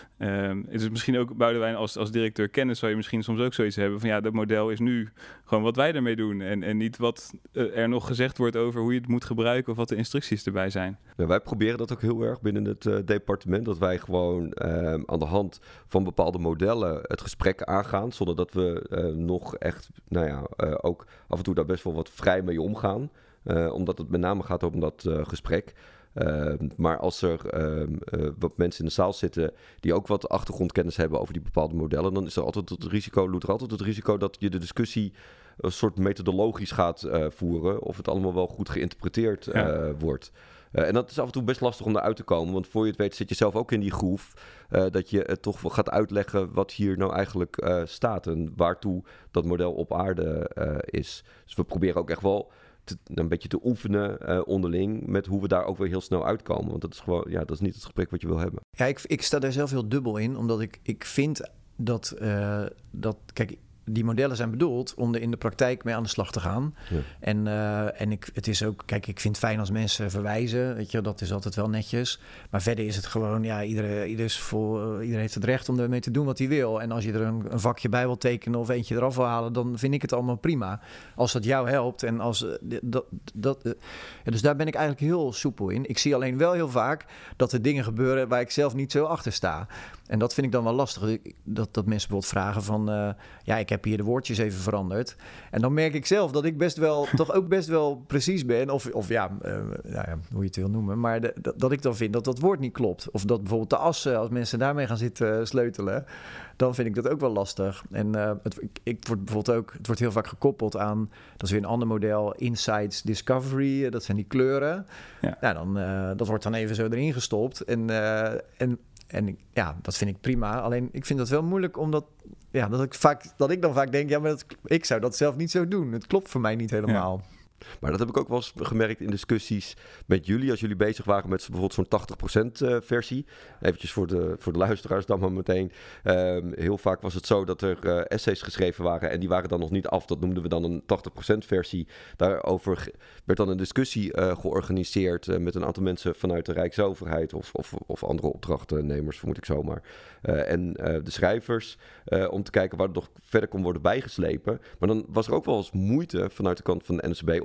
Um, het is misschien ook, Boudewijn, als, als directeur kennis zou je misschien soms ook zoiets hebben van ja, dat model is nu gewoon wat wij ermee doen. En, en niet wat uh, er nog gezegd wordt over hoe je het moet gebruiken of wat de instructies erbij zijn. Ja, wij proberen dat ook heel erg binnen het uh, departement. Dat wij gewoon uh, aan de hand van bepaalde modellen het gesprek aangaan. Zonder dat we uh, nog echt, nou ja, uh, ook af en toe daar best wel wat vrij mee omgaan. Uh, omdat het met name gaat om dat uh, gesprek. Uh, maar als er uh, uh, wat mensen in de zaal zitten die ook wat achtergrondkennis hebben over die bepaalde modellen, dan is er altijd het risico, loopt er altijd het risico dat je de discussie een soort methodologisch gaat uh, voeren, of het allemaal wel goed geïnterpreteerd uh, ja. wordt. Uh, en dat is af en toe best lastig om eruit te komen, want voor je het weet zit je zelf ook in die groef uh, dat je het toch gaat uitleggen wat hier nou eigenlijk uh, staat en waartoe dat model op aarde uh, is. Dus we proberen ook echt wel Te, een beetje te oefenen uh, onderling met hoe we daar ook weer heel snel uitkomen. Want dat is gewoon, ja, dat is niet het gesprek wat je wil hebben. Ja, ik, ik sta daar zelf heel dubbel in, omdat ik, ik vind dat, uh, dat, kijk, die modellen zijn bedoeld om er in de praktijk mee aan de slag te gaan. Ja. En, uh, en ik, het is ook, kijk, ik vind het fijn als mensen verwijzen, weet je, dat is altijd wel netjes. Maar verder is het gewoon, ja, iedereen, ieder is vol, uh, iedereen heeft het recht om ermee te doen wat hij wil. En als je er een, een vakje bij wil tekenen of eentje eraf wil halen, dan vind ik het allemaal prima. Als dat jou helpt en als uh, dat, dat uh, ja, dus daar ben ik eigenlijk heel soepel in. Ik zie alleen wel heel vaak dat er dingen gebeuren waar ik zelf niet zo achter sta. En dat vind ik dan wel lastig. Dat, dat mensen bijvoorbeeld vragen van, uh, ja, ik heb hier de woordjes even veranderd. En dan merk ik zelf dat ik best wel, toch ook best wel precies ben. Of, of ja, uh, nou ja, hoe je het wil noemen. Maar de, dat, dat ik dan vind dat dat woord niet klopt. Of dat bijvoorbeeld de assen, als mensen daarmee gaan zitten sleutelen, dan vind ik dat ook wel lastig. En uh, het, ik, ik word bijvoorbeeld ook, het wordt heel vaak gekoppeld aan, dat is weer een ander model, Insights Discovery. Dat zijn die kleuren. Ja. Nou, dan, uh, dat wordt dan even zo erin gestopt. En, uh, en En ja, dat vind ik prima. Alleen ik vind dat wel moeilijk, omdat ja, dat, ik vaak, dat ik dan vaak denk, ja, maar dat, ik zou dat zelf niet zo doen. Het klopt voor mij niet helemaal. Ja. Maar dat heb ik ook wel eens gemerkt in discussies met jullie. Als jullie bezig waren met bijvoorbeeld zo'n tachtig procent uh, versie. Eventjes voor de, voor de luisteraars dan maar meteen. Um, heel vaak was het zo dat er uh, essays geschreven waren en die waren dan nog niet af. Dat noemden we dan een tachtig procent versie. Daarover werd dan een discussie uh, georganiseerd uh, met een aantal mensen vanuit de Rijksoverheid of, of, of andere opdrachtnemers, vermoed ik zomaar. Uh, en uh, de schrijvers uh, om te kijken waar het nog verder kon worden bijgeslepen. Maar dan was er ook wel eens moeite vanuit de kant van de N S B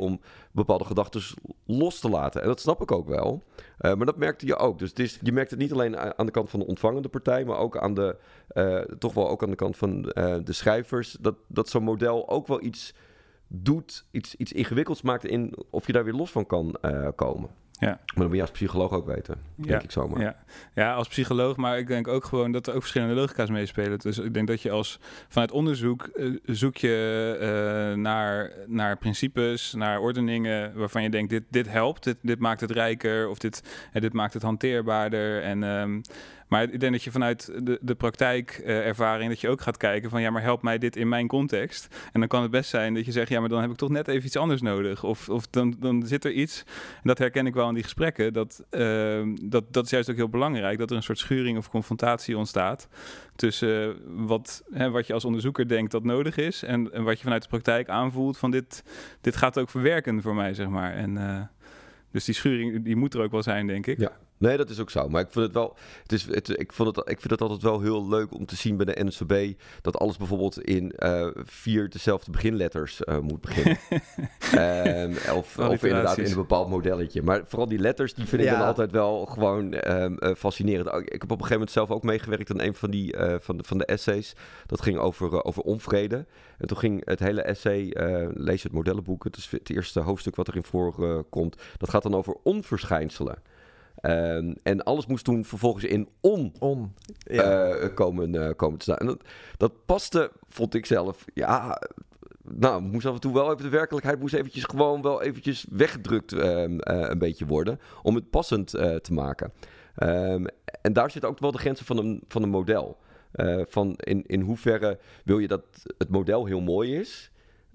om bepaalde gedachten los te laten. En dat snap ik ook wel. Uh, maar dat merkte je ook. Dus het is, je merkt het niet alleen aan de kant van de ontvangende partij, maar ook aan de, uh, toch wel ook aan de kant van uh, de schrijvers, dat, dat zo'n model ook wel iets doet, iets, iets ingewikkelds maakt in of je daar weer los van kan uh, komen. Ja. Maar dat moet je als psycholoog ook weten, denk ja. ik zomaar. Ja. ja, als psycholoog, maar ik denk ook gewoon dat er ook verschillende logica's meespelen. Dus ik denk dat je als vanuit onderzoek uh, zoek je uh, naar, naar principes, naar ordeningen waarvan je denkt, dit, dit helpt, dit, dit maakt het rijker of dit, uh, dit maakt het hanteerbaarder. En, um, maar ik denk dat je vanuit de, de praktijkervaring, uh, dat je ook gaat kijken van ja, maar helpt mij dit in mijn context? En dan kan het best zijn dat je zegt, ja, maar dan heb ik toch net even iets anders nodig. Of, of dan, dan zit er iets, en dat herken ik wel in die gesprekken, dat, uh, dat, dat is juist ook heel belangrijk, dat er een soort schuring of confrontatie ontstaat tussen uh, wat, hè, wat je als onderzoeker denkt dat nodig is en, en wat je vanuit de praktijk aanvoelt van dit, dit gaat ook verwerken voor mij, zeg maar. En uh, dus die schuring, die moet er ook wel zijn, denk ik. Ja. Nee, dat is ook zo. Maar ik vind het wel. Het is, het, ik, vond het, ik vind het altijd wel heel leuk om te zien bij de N S V B dat alles bijvoorbeeld in uh, vier dezelfde beginletters uh, moet beginnen. um, of, of inderdaad in een bepaald modelletje. Maar vooral die letters, die vind ik ja. dan altijd wel gewoon um, uh, fascinerend. Ik heb op een gegeven moment zelf ook meegewerkt aan een van die uh, van, de, van de essays. Dat ging over, uh, over onvrede. En toen ging het hele essay, uh, lees het modellenboek. Het is het eerste hoofdstuk wat erin voorkomt. Uh, dat gaat dan over onverschijnselen. Um, en alles moest toen vervolgens in on, on ja. uh, komen, uh, komen te staan. En dat, dat paste, vond ik zelf, ja, nou, moest af en toe wel even, de werkelijkheid moest eventjes gewoon wel eventjes weggedrukt um, uh, een beetje worden, om het passend uh, te maken. Um, en daar zitten ook wel de grenzen van een, van een model. Uh, van in, in hoeverre wil je dat het model heel mooi is,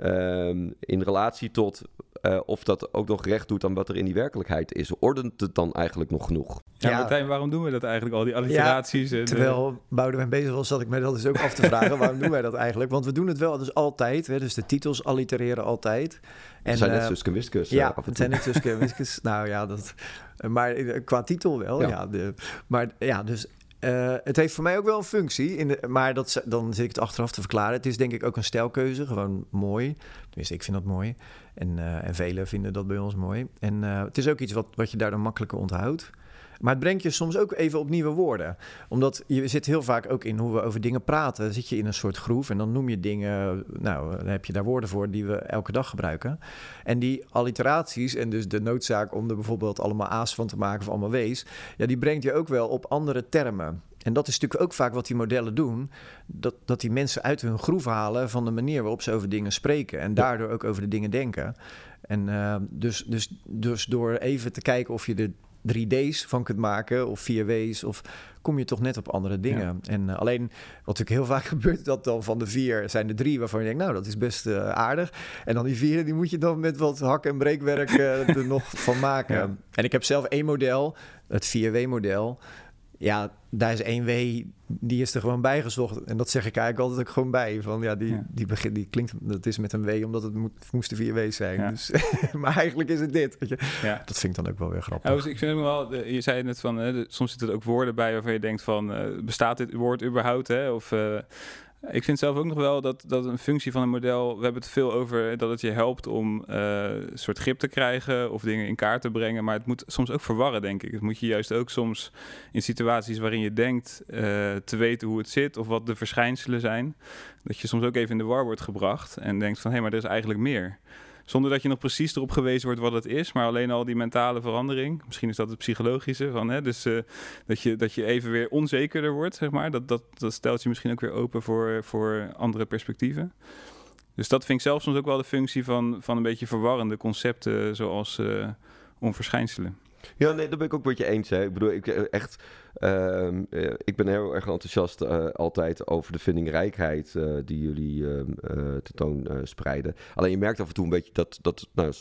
um, in relatie tot Uh, of dat ook nog recht doet aan wat er in die werkelijkheid is. Ordent het dan eigenlijk nog genoeg? Ja, ja. Martijn, waarom doen we dat eigenlijk? Al die alliteraties. Ja, terwijl Boudewijn bezig was, zat ik mij dat dus ook af te vragen. Waarom doen wij dat eigenlijk? Want we doen het wel dus altijd. Hè? Dus de titels allitereren altijd. En, het zijn net uh, Suske en Wiskus. Ja, het zijn net Suske en Wiskus. Nou ja, dat, maar qua titel wel. Ja. Ja, de, maar ja, dus... Uh, het heeft voor mij ook wel een functie, in de, maar dat, dan zit ik het achteraf te verklaren. Het is denk ik ook een stijlkeuze, gewoon mooi. Tenminste, ik vind dat mooi. En, uh, en velen vinden dat bij ons mooi. En uh, het is ook iets wat, wat je daar dan makkelijker onthoudt. Maar het brengt je soms ook even op nieuwe woorden. Omdat je zit heel vaak ook in hoe we over dingen praten. Dan zit je in een soort groef en dan noem je dingen... Nou, dan heb je daar woorden voor die we elke dag gebruiken. En die alliteraties en dus de noodzaak om er bijvoorbeeld allemaal a's van te maken of allemaal w's... Ja, die brengt je ook wel op andere termen. En dat is natuurlijk ook vaak wat die modellen doen. Dat, dat die mensen uit hun groef halen van de manier waarop ze over dingen spreken. En daardoor ook over de dingen denken. En uh, dus, dus, dus door even te kijken of je de drie D's van kunt maken of vier W's, of kom je toch net op andere dingen. Ja. En uh, alleen, wat natuurlijk heel vaak gebeurt, dat dan van de vier zijn de drie waarvan je denkt, nou, dat is best uh, aardig. En dan die vier, die moet je dan met wat hak- en breekwerk uh, er nog van maken. Ja. En ik heb zelf één model, het vier W-model. Ja, daar is één W, die is er gewoon bijgezocht. En dat zeg ik eigenlijk altijd ook gewoon bij. Van ja, die, ja. die, begin, die klinkt, dat is met een W, omdat het moet, moesten vier W's zijn. Ja. Dus, maar eigenlijk is het dit. Weet je? Ja. Dat vind ik dan ook wel weer grappig. Ja, dus ik vind ook wel, je zei net van, hè, soms zitten er ook woorden bij waarvan je denkt van, uh, bestaat dit woord überhaupt? Hè? Of... Uh, Ik vind zelf ook nog wel dat, dat een functie van een model... We hebben het veel over dat het je helpt om uh, een soort grip te krijgen... of dingen in kaart te brengen. Maar het moet soms ook verwarren, denk ik. Het moet je juist ook soms in situaties waarin je denkt... Uh, te weten hoe het zit of wat de verschijnselen zijn... dat je soms ook even in de war wordt gebracht... en denkt van, hé, hey, maar er is eigenlijk meer... Zonder dat je nog precies erop gewezen wordt wat het is, maar alleen al die mentale verandering. Misschien is dat het psychologische van, hè? Dus uh, dat, je, dat je even weer onzekerder wordt, zeg maar. Dat, dat, dat stelt je misschien ook weer open voor, voor andere perspectieven. Dus dat vind ik zelf soms ook wel de functie van, van een beetje verwarrende concepten, zoals uh, onverschijnselen. Ja, nee, dat ben ik ook met je eens. Hè. Ik bedoel, ik echt, uh, uh, ik ben heel erg enthousiast uh, altijd over de vindingrijkheid uh, die jullie uh, uh, tentoon uh, spreiden. Alleen je merkt af en toe een beetje dat, dat, nou,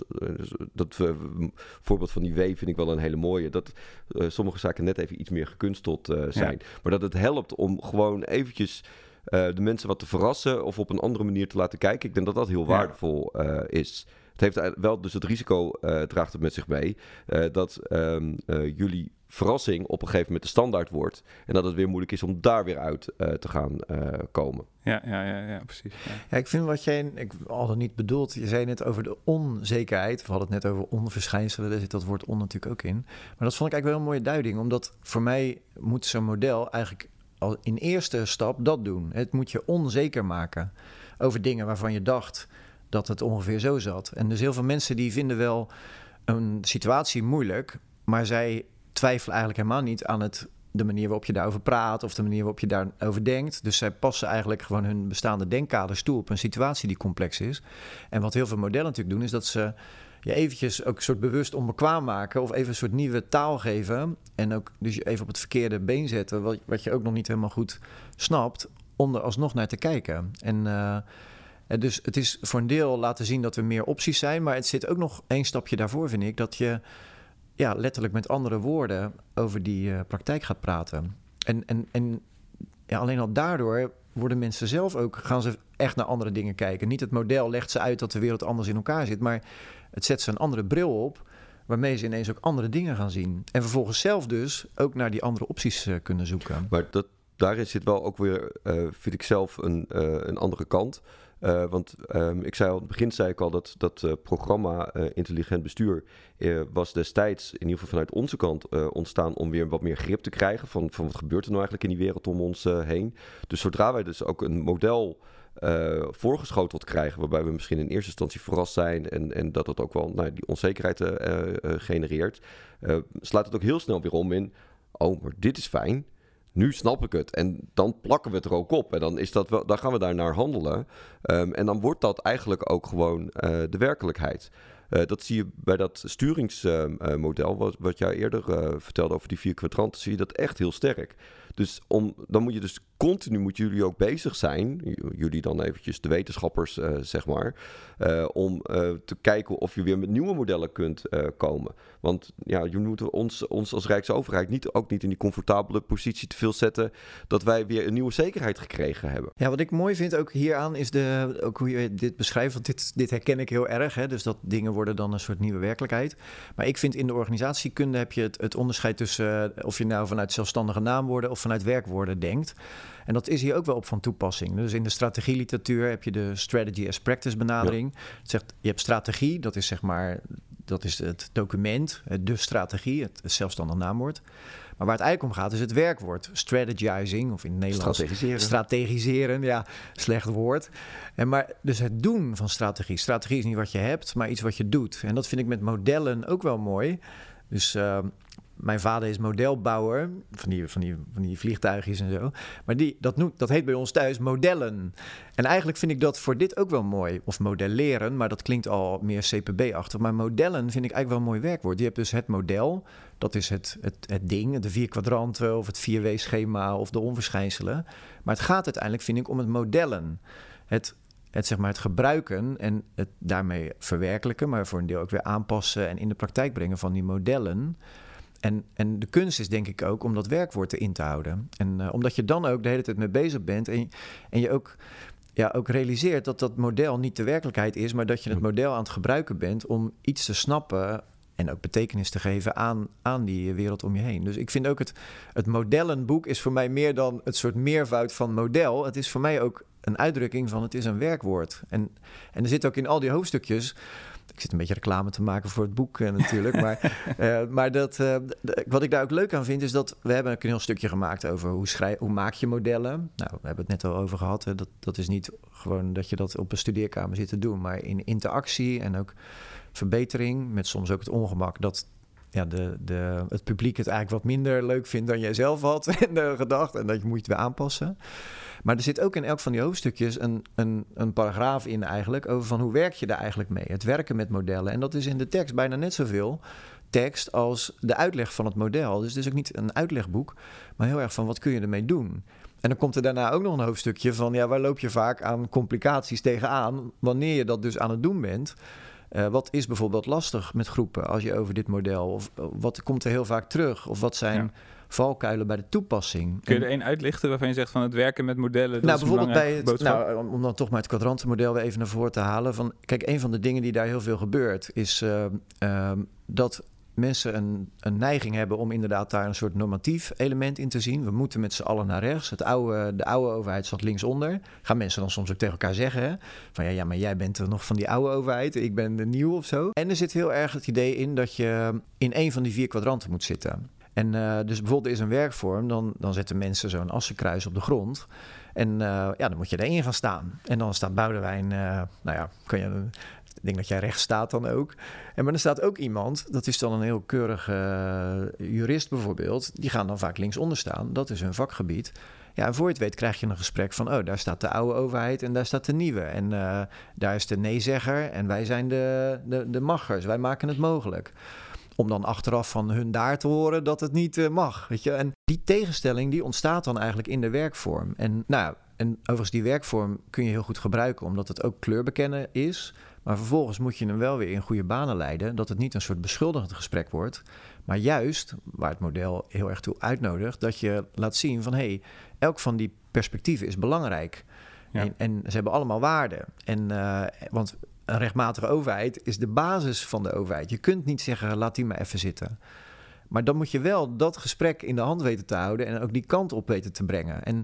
dat uh, voorbeeld van die W vind ik wel een hele mooie. Dat uh, sommige zaken net even iets meer gekunsteld uh, zijn. Ja. Maar dat het helpt om gewoon eventjes uh, de mensen wat te verrassen of op een andere manier te laten kijken. Ik denk dat dat heel waardevol uh, is. Het heeft eigenlijk wel, dus het risico uh, draagt het met zich mee uh, dat um, uh, jullie verrassing op een gegeven moment de standaard wordt. En dat het weer moeilijk is om daar weer uit uh, te gaan uh, komen. Ja, ja, ja, ja precies. Ja. Ja, ik vind wat jij, ik had het niet bedoeld, je zei net over de onzekerheid. We hadden het net over onverschijnselen, daar zit dat woord on natuurlijk ook in. Maar dat vond ik eigenlijk wel een mooie duiding, omdat voor mij moet zo'n model eigenlijk al in eerste stap dat doen. Het moet je onzeker maken over dingen waarvan je dacht dat het ongeveer zo zat. En dus heel veel mensen die vinden wel een situatie moeilijk, maar zij twijfelen eigenlijk helemaal niet aan het, de manier waarop je daarover praat of de manier waarop je daarover denkt. Dus zij passen eigenlijk gewoon hun bestaande denkkaders toe op een situatie die complex is. En wat heel veel modellen natuurlijk doen, is dat ze je eventjes ook een soort bewust onbekwaam maken of even een soort nieuwe taal geven en ook dus je even op het verkeerde been zetten, wat, wat je ook nog niet helemaal goed snapt, om er alsnog naar te kijken. En uh, dus het is voor een deel laten zien dat er meer opties zijn, maar het zit ook nog één stapje daarvoor, vind ik, dat je ja, letterlijk met andere woorden over die uh, praktijk gaat praten. En, en, en ja, alleen al daardoor worden mensen zelf ook, gaan ze echt naar andere dingen kijken. Niet het model legt ze uit dat de wereld anders in elkaar zit, maar het zet ze een andere bril op, waarmee ze ineens ook andere dingen gaan zien. En vervolgens zelf dus ook naar die andere opties uh, kunnen zoeken. Maar dat, daarin zit wel ook weer, uh, vind ik zelf, een, uh, een andere kant. Uh, want um, ik zei al, aan het begin zei ik al dat dat uh, programma uh, Intelligent Bestuur uh, was destijds in ieder geval vanuit onze kant uh, ontstaan om weer wat meer grip te krijgen van, van wat gebeurt er nou eigenlijk in die wereld om ons uh, heen. Dus zodra wij dus ook een model uh, voorgeschoteld krijgen waarbij we misschien in eerste instantie verrast zijn en, en dat het ook wel nou, die onzekerheid uh, uh, genereert, uh, slaat het ook heel snel weer om in, oh, maar dit is fijn. Nu snap ik het. En dan plakken we het er ook op. En dan, is dat wel, dan gaan we daar naar handelen. Um, en dan wordt dat eigenlijk ook gewoon uh, de werkelijkheid. Uh, dat zie je bij dat sturingsmodel, uh, wat, wat jij eerder uh, vertelde over die vier kwadranten, zie je dat echt heel sterk. Dus om, dan moet je dus continu, moeten jullie ook bezig zijn, j- jullie dan eventjes de wetenschappers, uh, zeg maar, uh, om uh, te kijken of je weer met nieuwe modellen kunt uh, komen. Want ja, je moet ons, ons als Rijksoverheid niet, ook niet in die comfortabele positie te veel zetten dat wij weer een nieuwe zekerheid gekregen hebben. Ja, wat ik mooi vind ook hieraan is de, ook hoe je dit beschrijft, want dit, dit herken ik heel erg, hè, dus dat dingen worden dan een soort nieuwe werkelijkheid. Maar ik vind in de organisatiekunde heb je het, het onderscheid tussen uh, of je nou vanuit zelfstandige naamwoorden of vanuit werkwoorden denkt. En dat is hier ook wel op van toepassing. Dus in de strategieliteratuur heb je de strategy as practice benadering. Ja. Het zegt, je hebt strategie, dat is zeg maar, dat is het document, de strategie, het zelfstandig naamwoord. Maar waar het eigenlijk om gaat is het werkwoord. Strategizing, of in het Nederlands... Strategiseren. Strategiseren, ja, slecht woord. En maar dus het doen van strategie. Strategie is niet wat je hebt, maar iets wat je doet. En dat vind ik met modellen ook wel mooi. Dus... Uh, Mijn vader is modelbouwer van die, van die, van die vliegtuigjes en zo. Maar die, dat, noemt, dat heet bij ons thuis modellen. En eigenlijk vind ik dat voor dit ook wel mooi. Of modelleren, maar dat klinkt al meer C P B-achtig. Maar modellen vind ik eigenlijk wel een mooi werkwoord. Je hebt dus het model, dat is het, het, het ding, de vier kwadranten of het vier W-schema of de onverschijnselen. Maar het gaat uiteindelijk, vind ik, om het modellen. Het... Het, zeg maar, het gebruiken en het daarmee verwerkelijken, maar voor een deel ook weer aanpassen en in de praktijk brengen van die modellen. En, en de kunst is denk ik ook om dat werkwoord erin te houden. En uh, omdat je dan ook de hele tijd mee bezig bent en, en je ook, ja, ook realiseert dat dat model niet de werkelijkheid is, maar dat je het model aan het gebruiken bent om iets te snappen en ook betekenis te geven aan, aan die wereld om je heen. Dus ik vind ook het, het modellenboek is voor mij meer dan het soort meervoud van model. Het is voor mij ook een uitdrukking van het is een werkwoord. En, en er zit ook in al die hoofdstukjes... Ik zit een beetje reclame te maken voor het boek uh, natuurlijk. maar uh, maar dat, uh, d- wat ik daar ook leuk aan vind is dat... We hebben ook een heel stukje gemaakt over hoe, schrijf, hoe maak je modellen. Nou, we hebben het net al over gehad. Hè. Dat, dat is niet gewoon dat je dat op een studeerkamer zit te doen. Maar in interactie en ook verbetering. Met soms ook het ongemak dat... Ja, de, de, het publiek het eigenlijk wat minder leuk vindt dan jij zelf had en uh, gedacht. En dat je moet het weer aanpassen. Maar er zit ook in elk van die hoofdstukjes een, een, een paragraaf in eigenlijk... over van hoe werk je daar eigenlijk mee. Het werken met modellen. En dat is in de tekst bijna net zoveel tekst als de uitleg van het model. Dus het is ook niet een uitlegboek, maar heel erg van wat kun je ermee doen. En dan komt er daarna ook nog een hoofdstukje van... ja, waar loop je vaak aan complicaties tegenaan wanneer je dat dus aan het doen bent... Uh, wat is bijvoorbeeld lastig met groepen als je over dit model... of uh, wat komt er heel vaak terug? Of wat zijn ja. valkuilen bij de toepassing. Kun je En, er één uitlichten waarvan je zegt van het werken met modellen, dat nou, is een bijvoorbeeld bij het, boodschap? nou, om, om dan toch maar het kwadrantenmodel weer even naar voren te halen. Van, kijk, een van de dingen die daar heel veel gebeurt, is uh, uh, dat mensen een, een neiging hebben om inderdaad daar een soort normatief element in te zien. We moeten met z'n allen naar rechts. Het oude, de oude overheid zat linksonder. Gaan mensen dan soms ook tegen elkaar zeggen, hè? Van ja, ja, maar jij bent er nog van die oude overheid, ik ben de nieuw of zo. En er zit heel erg het idee in dat je in één van die vier kwadranten moet zitten. En uh, dus bijvoorbeeld er is een werkvorm, dan, dan zetten mensen zo'n assenkruis op de grond. En uh, ja, dan moet je erin gaan staan. En dan staat Boudewijn, uh, nou ja, kan je... Ik denk dat jij rechts staat dan ook. En maar er staat ook iemand, dat is dan een heel keurig uh, jurist bijvoorbeeld. Die gaan dan vaak linksonder staan. Dat is hun vakgebied. Ja, en voor je het weet krijg je een gesprek van... oh, daar staat de oude overheid en daar staat de nieuwe. En uh, daar is de nee-zegger en wij zijn de, de, de machers. Wij maken het mogelijk. Om dan achteraf van hun daar te horen dat het niet uh, mag. Weet je? En die tegenstelling die ontstaat dan eigenlijk in de werkvorm. En, nou, en overigens die werkvorm kun je heel goed gebruiken... omdat het ook kleurbekennen is... Maar vervolgens moet je hem wel weer in goede banen leiden... dat het niet een soort beschuldigend gesprek wordt... maar juist, waar het model heel erg toe uitnodigt... dat je laat zien van... hé, hey, elk van die perspectieven is belangrijk. Ja. En, en ze hebben allemaal waarde. En, uh, want een rechtmatige overheid is de basis van de overheid. Je kunt niet zeggen, laat die maar even zitten. Maar dan moet je wel dat gesprek in de hand weten te houden... en ook die kant op weten te brengen. En...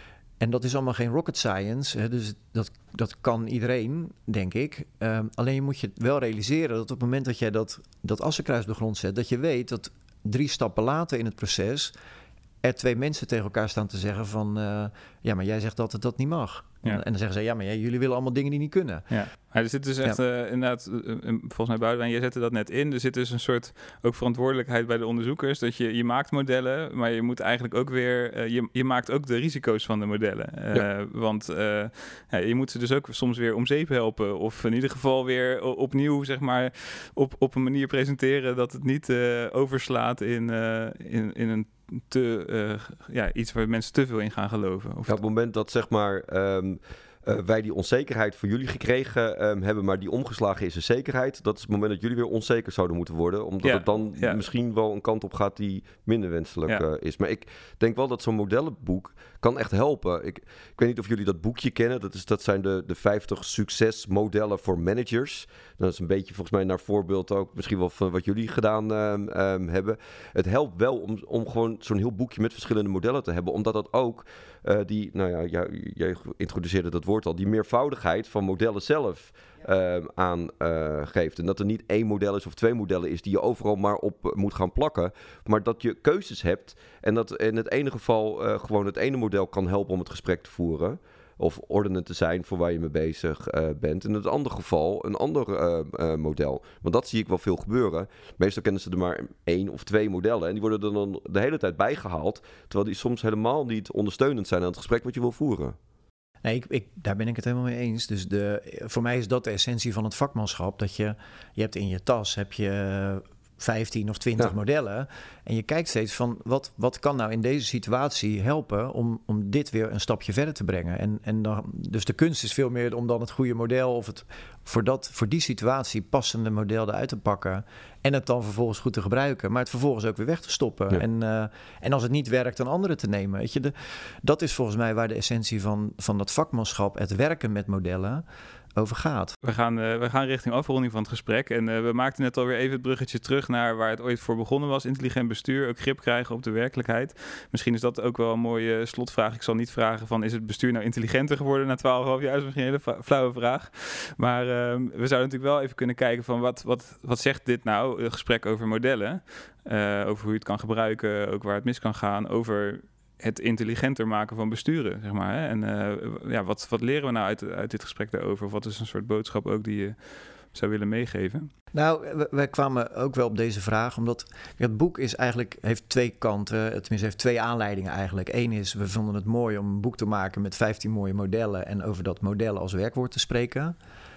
En dat is allemaal geen rocket science, hè, dus dat, dat kan iedereen, denk ik. Uh, alleen je moet je wel realiseren dat op het moment dat jij dat, dat assenkruis op de grond zet... dat je weet dat drie stappen later in het proces... er twee mensen tegen elkaar staan te zeggen van... Uh, ja, maar jij zegt dat het dat niet mag. Ja. En dan zeggen ze, ja, maar jij, jullie willen allemaal dingen die niet kunnen. Ja, maar er zit dus echt, ja. uh, inderdaad, uh, volgens mij Boudewijn, jij zette dat net in. Er zit dus een soort ook verantwoordelijkheid bij de onderzoekers. Dat je, je maakt modellen, maar je moet eigenlijk ook weer, uh, je, je maakt ook de risico's van de modellen. Uh, ja. Want uh, ja, je moet ze dus ook soms weer om zeep helpen. Of in ieder geval weer opnieuw, zeg maar, op, op een manier presenteren dat het niet uh, overslaat in, uh, in, in een te, uh, ja, iets waar mensen te veel in gaan geloven. Of ja, op het moment dat, zeg maar, um, uh, wij die onzekerheid voor jullie gekregen um, hebben, maar die omgeslagen is een zekerheid, dat is het moment dat jullie weer onzeker zouden moeten worden, omdat ja, het dan ja. misschien wel een kant op gaat die minder wenselijk ja. uh, is. Maar ik denk wel dat zo'n modellenboek kan echt helpen. Ik, ik weet niet of jullie dat boekje kennen. Dat, is, dat zijn de, de vijftig succesmodellen voor managers. Dat is een beetje volgens mij naar voorbeeld ook misschien wel van wat jullie gedaan um, um, hebben. Het helpt wel om, om gewoon zo'n heel boekje met verschillende modellen te hebben. Omdat dat ook uh, die, nou ja, jij, jij introduceerde dat woord al, die meervoudigheid van modellen zelf uh, aangeeft. Uh, en dat er niet één model is of twee modellen is die je overal maar op uh, moet gaan plakken. Maar dat je keuzes hebt en dat in het ene geval uh, gewoon het ene model kan helpen om het gesprek te voeren. Of ordenend te zijn voor waar je mee bezig uh, bent. In het andere geval een ander uh, uh, model. Want dat zie ik wel veel gebeuren. Meestal kennen ze er maar één of twee modellen. En die worden er dan de hele tijd bijgehaald. Terwijl die soms helemaal niet ondersteunend zijn aan het gesprek wat je wil voeren. Nee, ik, ik, daar ben ik het helemaal mee eens. Dus de, voor mij is dat de essentie van het vakmanschap. Dat je, je hebt in je tas heb je vijftien of twintig ja. modellen. En je kijkt steeds van wat, wat kan nou in deze situatie helpen om, om dit weer een stapje verder te brengen. En, en dan, dus de kunst is veel meer om dan het goede model of het voor, dat, voor die situatie passende model eruit te pakken. En het dan vervolgens goed te gebruiken. Maar het vervolgens ook weer weg te stoppen. Ja. En, uh, en als het niet werkt, een andere te nemen. Weet je, de, dat is volgens mij waar de essentie van, van dat vakmanschap, het werken met modellen, over gaat. We gaan, uh, we gaan richting afronding van het gesprek. En uh, we maakten net alweer even het bruggetje terug naar waar het ooit voor begonnen was. Intelligent bestuur, ook grip krijgen op de werkelijkheid. Misschien is dat ook wel een mooie slotvraag. Ik zal niet vragen van, is het bestuur nou intelligenter geworden na twaalf komma vijf jaar? Dat is misschien een hele flauwe vraag. Maar uh, we zouden natuurlijk wel even kunnen kijken van wat, wat, wat zegt dit nou? Een gesprek over modellen. Uh, over hoe je het kan gebruiken, ook waar het mis kan gaan. Over het intelligenter maken van besturen, zeg maar. Hè? En uh, ja, wat, wat leren we nou uit, uit dit gesprek daarover? Of wat is een soort boodschap ook die je zou willen meegeven? Nou, wij kwamen ook wel op deze vraag, omdat het boek is eigenlijk, heeft twee kanten, tenminste heeft twee aanleidingen eigenlijk. Eén is, we vonden het mooi om een boek te maken met vijftien mooie modellen en over dat modellen als werkwoord te spreken.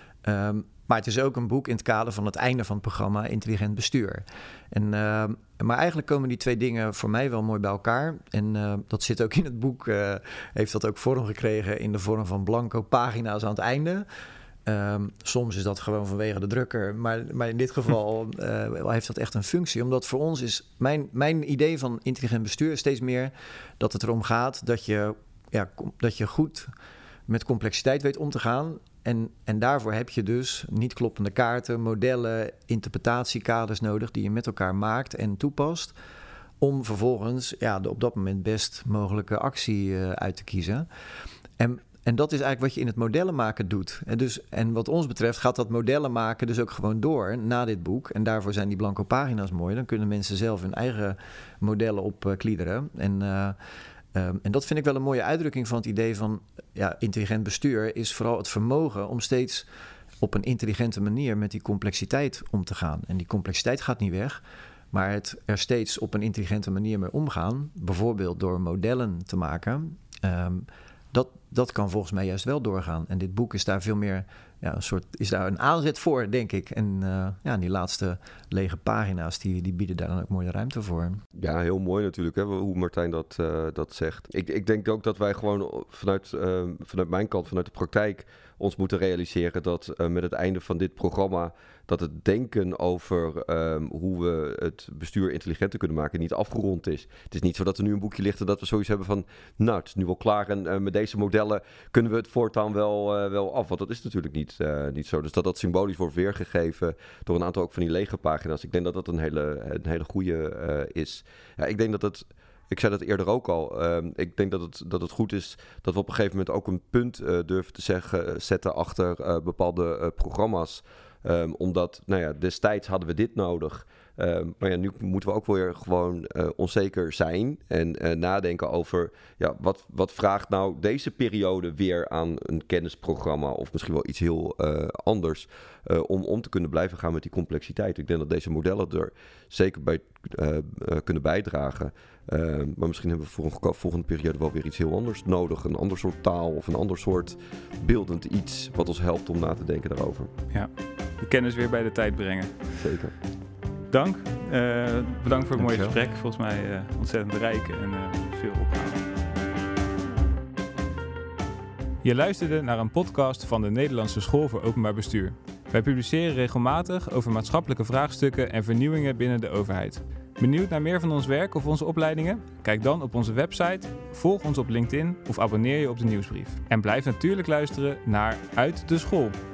Um, maar het is ook een boek in het kader van het einde van het programma Intelligent Bestuur. En, uh, maar eigenlijk komen die twee dingen voor mij wel mooi bij elkaar. En uh, dat zit ook in het boek, uh, heeft dat ook vorm gekregen in de vorm van blanco pagina's aan het einde. Um, soms is dat gewoon vanwege de drukker. Maar, maar in dit geval uh, heeft dat echt een functie. Omdat voor ons is... Mijn, mijn idee van intelligent bestuur is steeds meer... dat het erom gaat dat je, ja, dat je goed met complexiteit weet om te gaan. En, en daarvoor heb je dus niet kloppende kaarten, modellen, interpretatiekaders nodig... die je met elkaar maakt en toepast... om vervolgens ja, de op dat moment best mogelijke actie uh, uit te kiezen. En... En dat is eigenlijk wat je in het modellen maken doet. En, dus, en wat ons betreft gaat dat modellen maken dus ook gewoon door na dit boek. En daarvoor zijn die blanco pagina's mooi. Dan kunnen mensen zelf hun eigen modellen opkliederen. En, uh, um, en dat vind ik wel een mooie uitdrukking van het idee van... Ja, intelligent bestuur is vooral het vermogen om steeds op een intelligente manier... met die complexiteit om te gaan. En die complexiteit gaat niet weg... Maar het er steeds op een intelligente manier mee omgaan... bijvoorbeeld door modellen te maken... Um, Dat, dat kan volgens mij juist wel doorgaan. En dit boek is daar veel meer ja, een soort, is daar een aanzet voor, denk ik. En uh, ja, die laatste lege pagina's, die, die bieden daar dan ook mooie ruimte voor. Ja, heel mooi natuurlijk, hè, hoe Martijn dat, uh, dat zegt. Ik, ik denk ook dat wij gewoon vanuit, uh, vanuit mijn kant, vanuit de praktijk... ons moeten realiseren dat uh, met het einde van dit programma... dat het denken over um, hoe we het bestuur intelligenter kunnen maken... niet afgerond is. Het is niet zo dat er nu een boekje ligt en dat we zoiets hebben van... nou, het is nu wel klaar en uh, met deze modellen kunnen we het voortaan wel, uh, wel af. Want dat is natuurlijk niet, uh, niet zo. Dus dat dat symbolisch wordt weergegeven door een aantal ook van die lege pagina's. Ik denk dat dat een hele, een hele goede uh, is. Ja, ik denk dat het... Ik zei dat eerder ook al. Um, ik denk dat het, dat het goed is dat we op een gegeven moment ook een punt uh, durven te zeggen, zetten achter uh, bepaalde uh, programma's. Um, omdat, nou ja, destijds hadden we dit nodig. Um, maar ja, nu moeten we ook weer gewoon uh, onzeker zijn en uh, nadenken over, ja, wat, wat vraagt nou deze periode weer aan een kennisprogramma of misschien wel iets heel uh, anders uh, om om te kunnen blijven gaan met die complexiteit. Ik denk dat deze modellen er zeker bij uh, uh, kunnen bijdragen. Uh, maar misschien hebben we voor een volgende periode wel weer iets heel anders nodig. Een ander soort taal of een ander soort beeldend iets wat ons helpt om na te denken daarover. Ja, de kennis weer bij de tijd brengen. Zeker. Dank. Uh, bedankt voor het mooie gesprek. Volgens mij uh, ontzettend rijk en uh, veel ophalen. Je luisterde naar een podcast van de Nederlandse School voor Openbaar Bestuur. Wij publiceren regelmatig over maatschappelijke vraagstukken en vernieuwingen binnen de overheid. Benieuwd naar meer van ons werk of onze opleidingen? Kijk dan op onze website, volg ons op LinkedIn of abonneer je op de nieuwsbrief. En blijf natuurlijk luisteren naar Uit de School.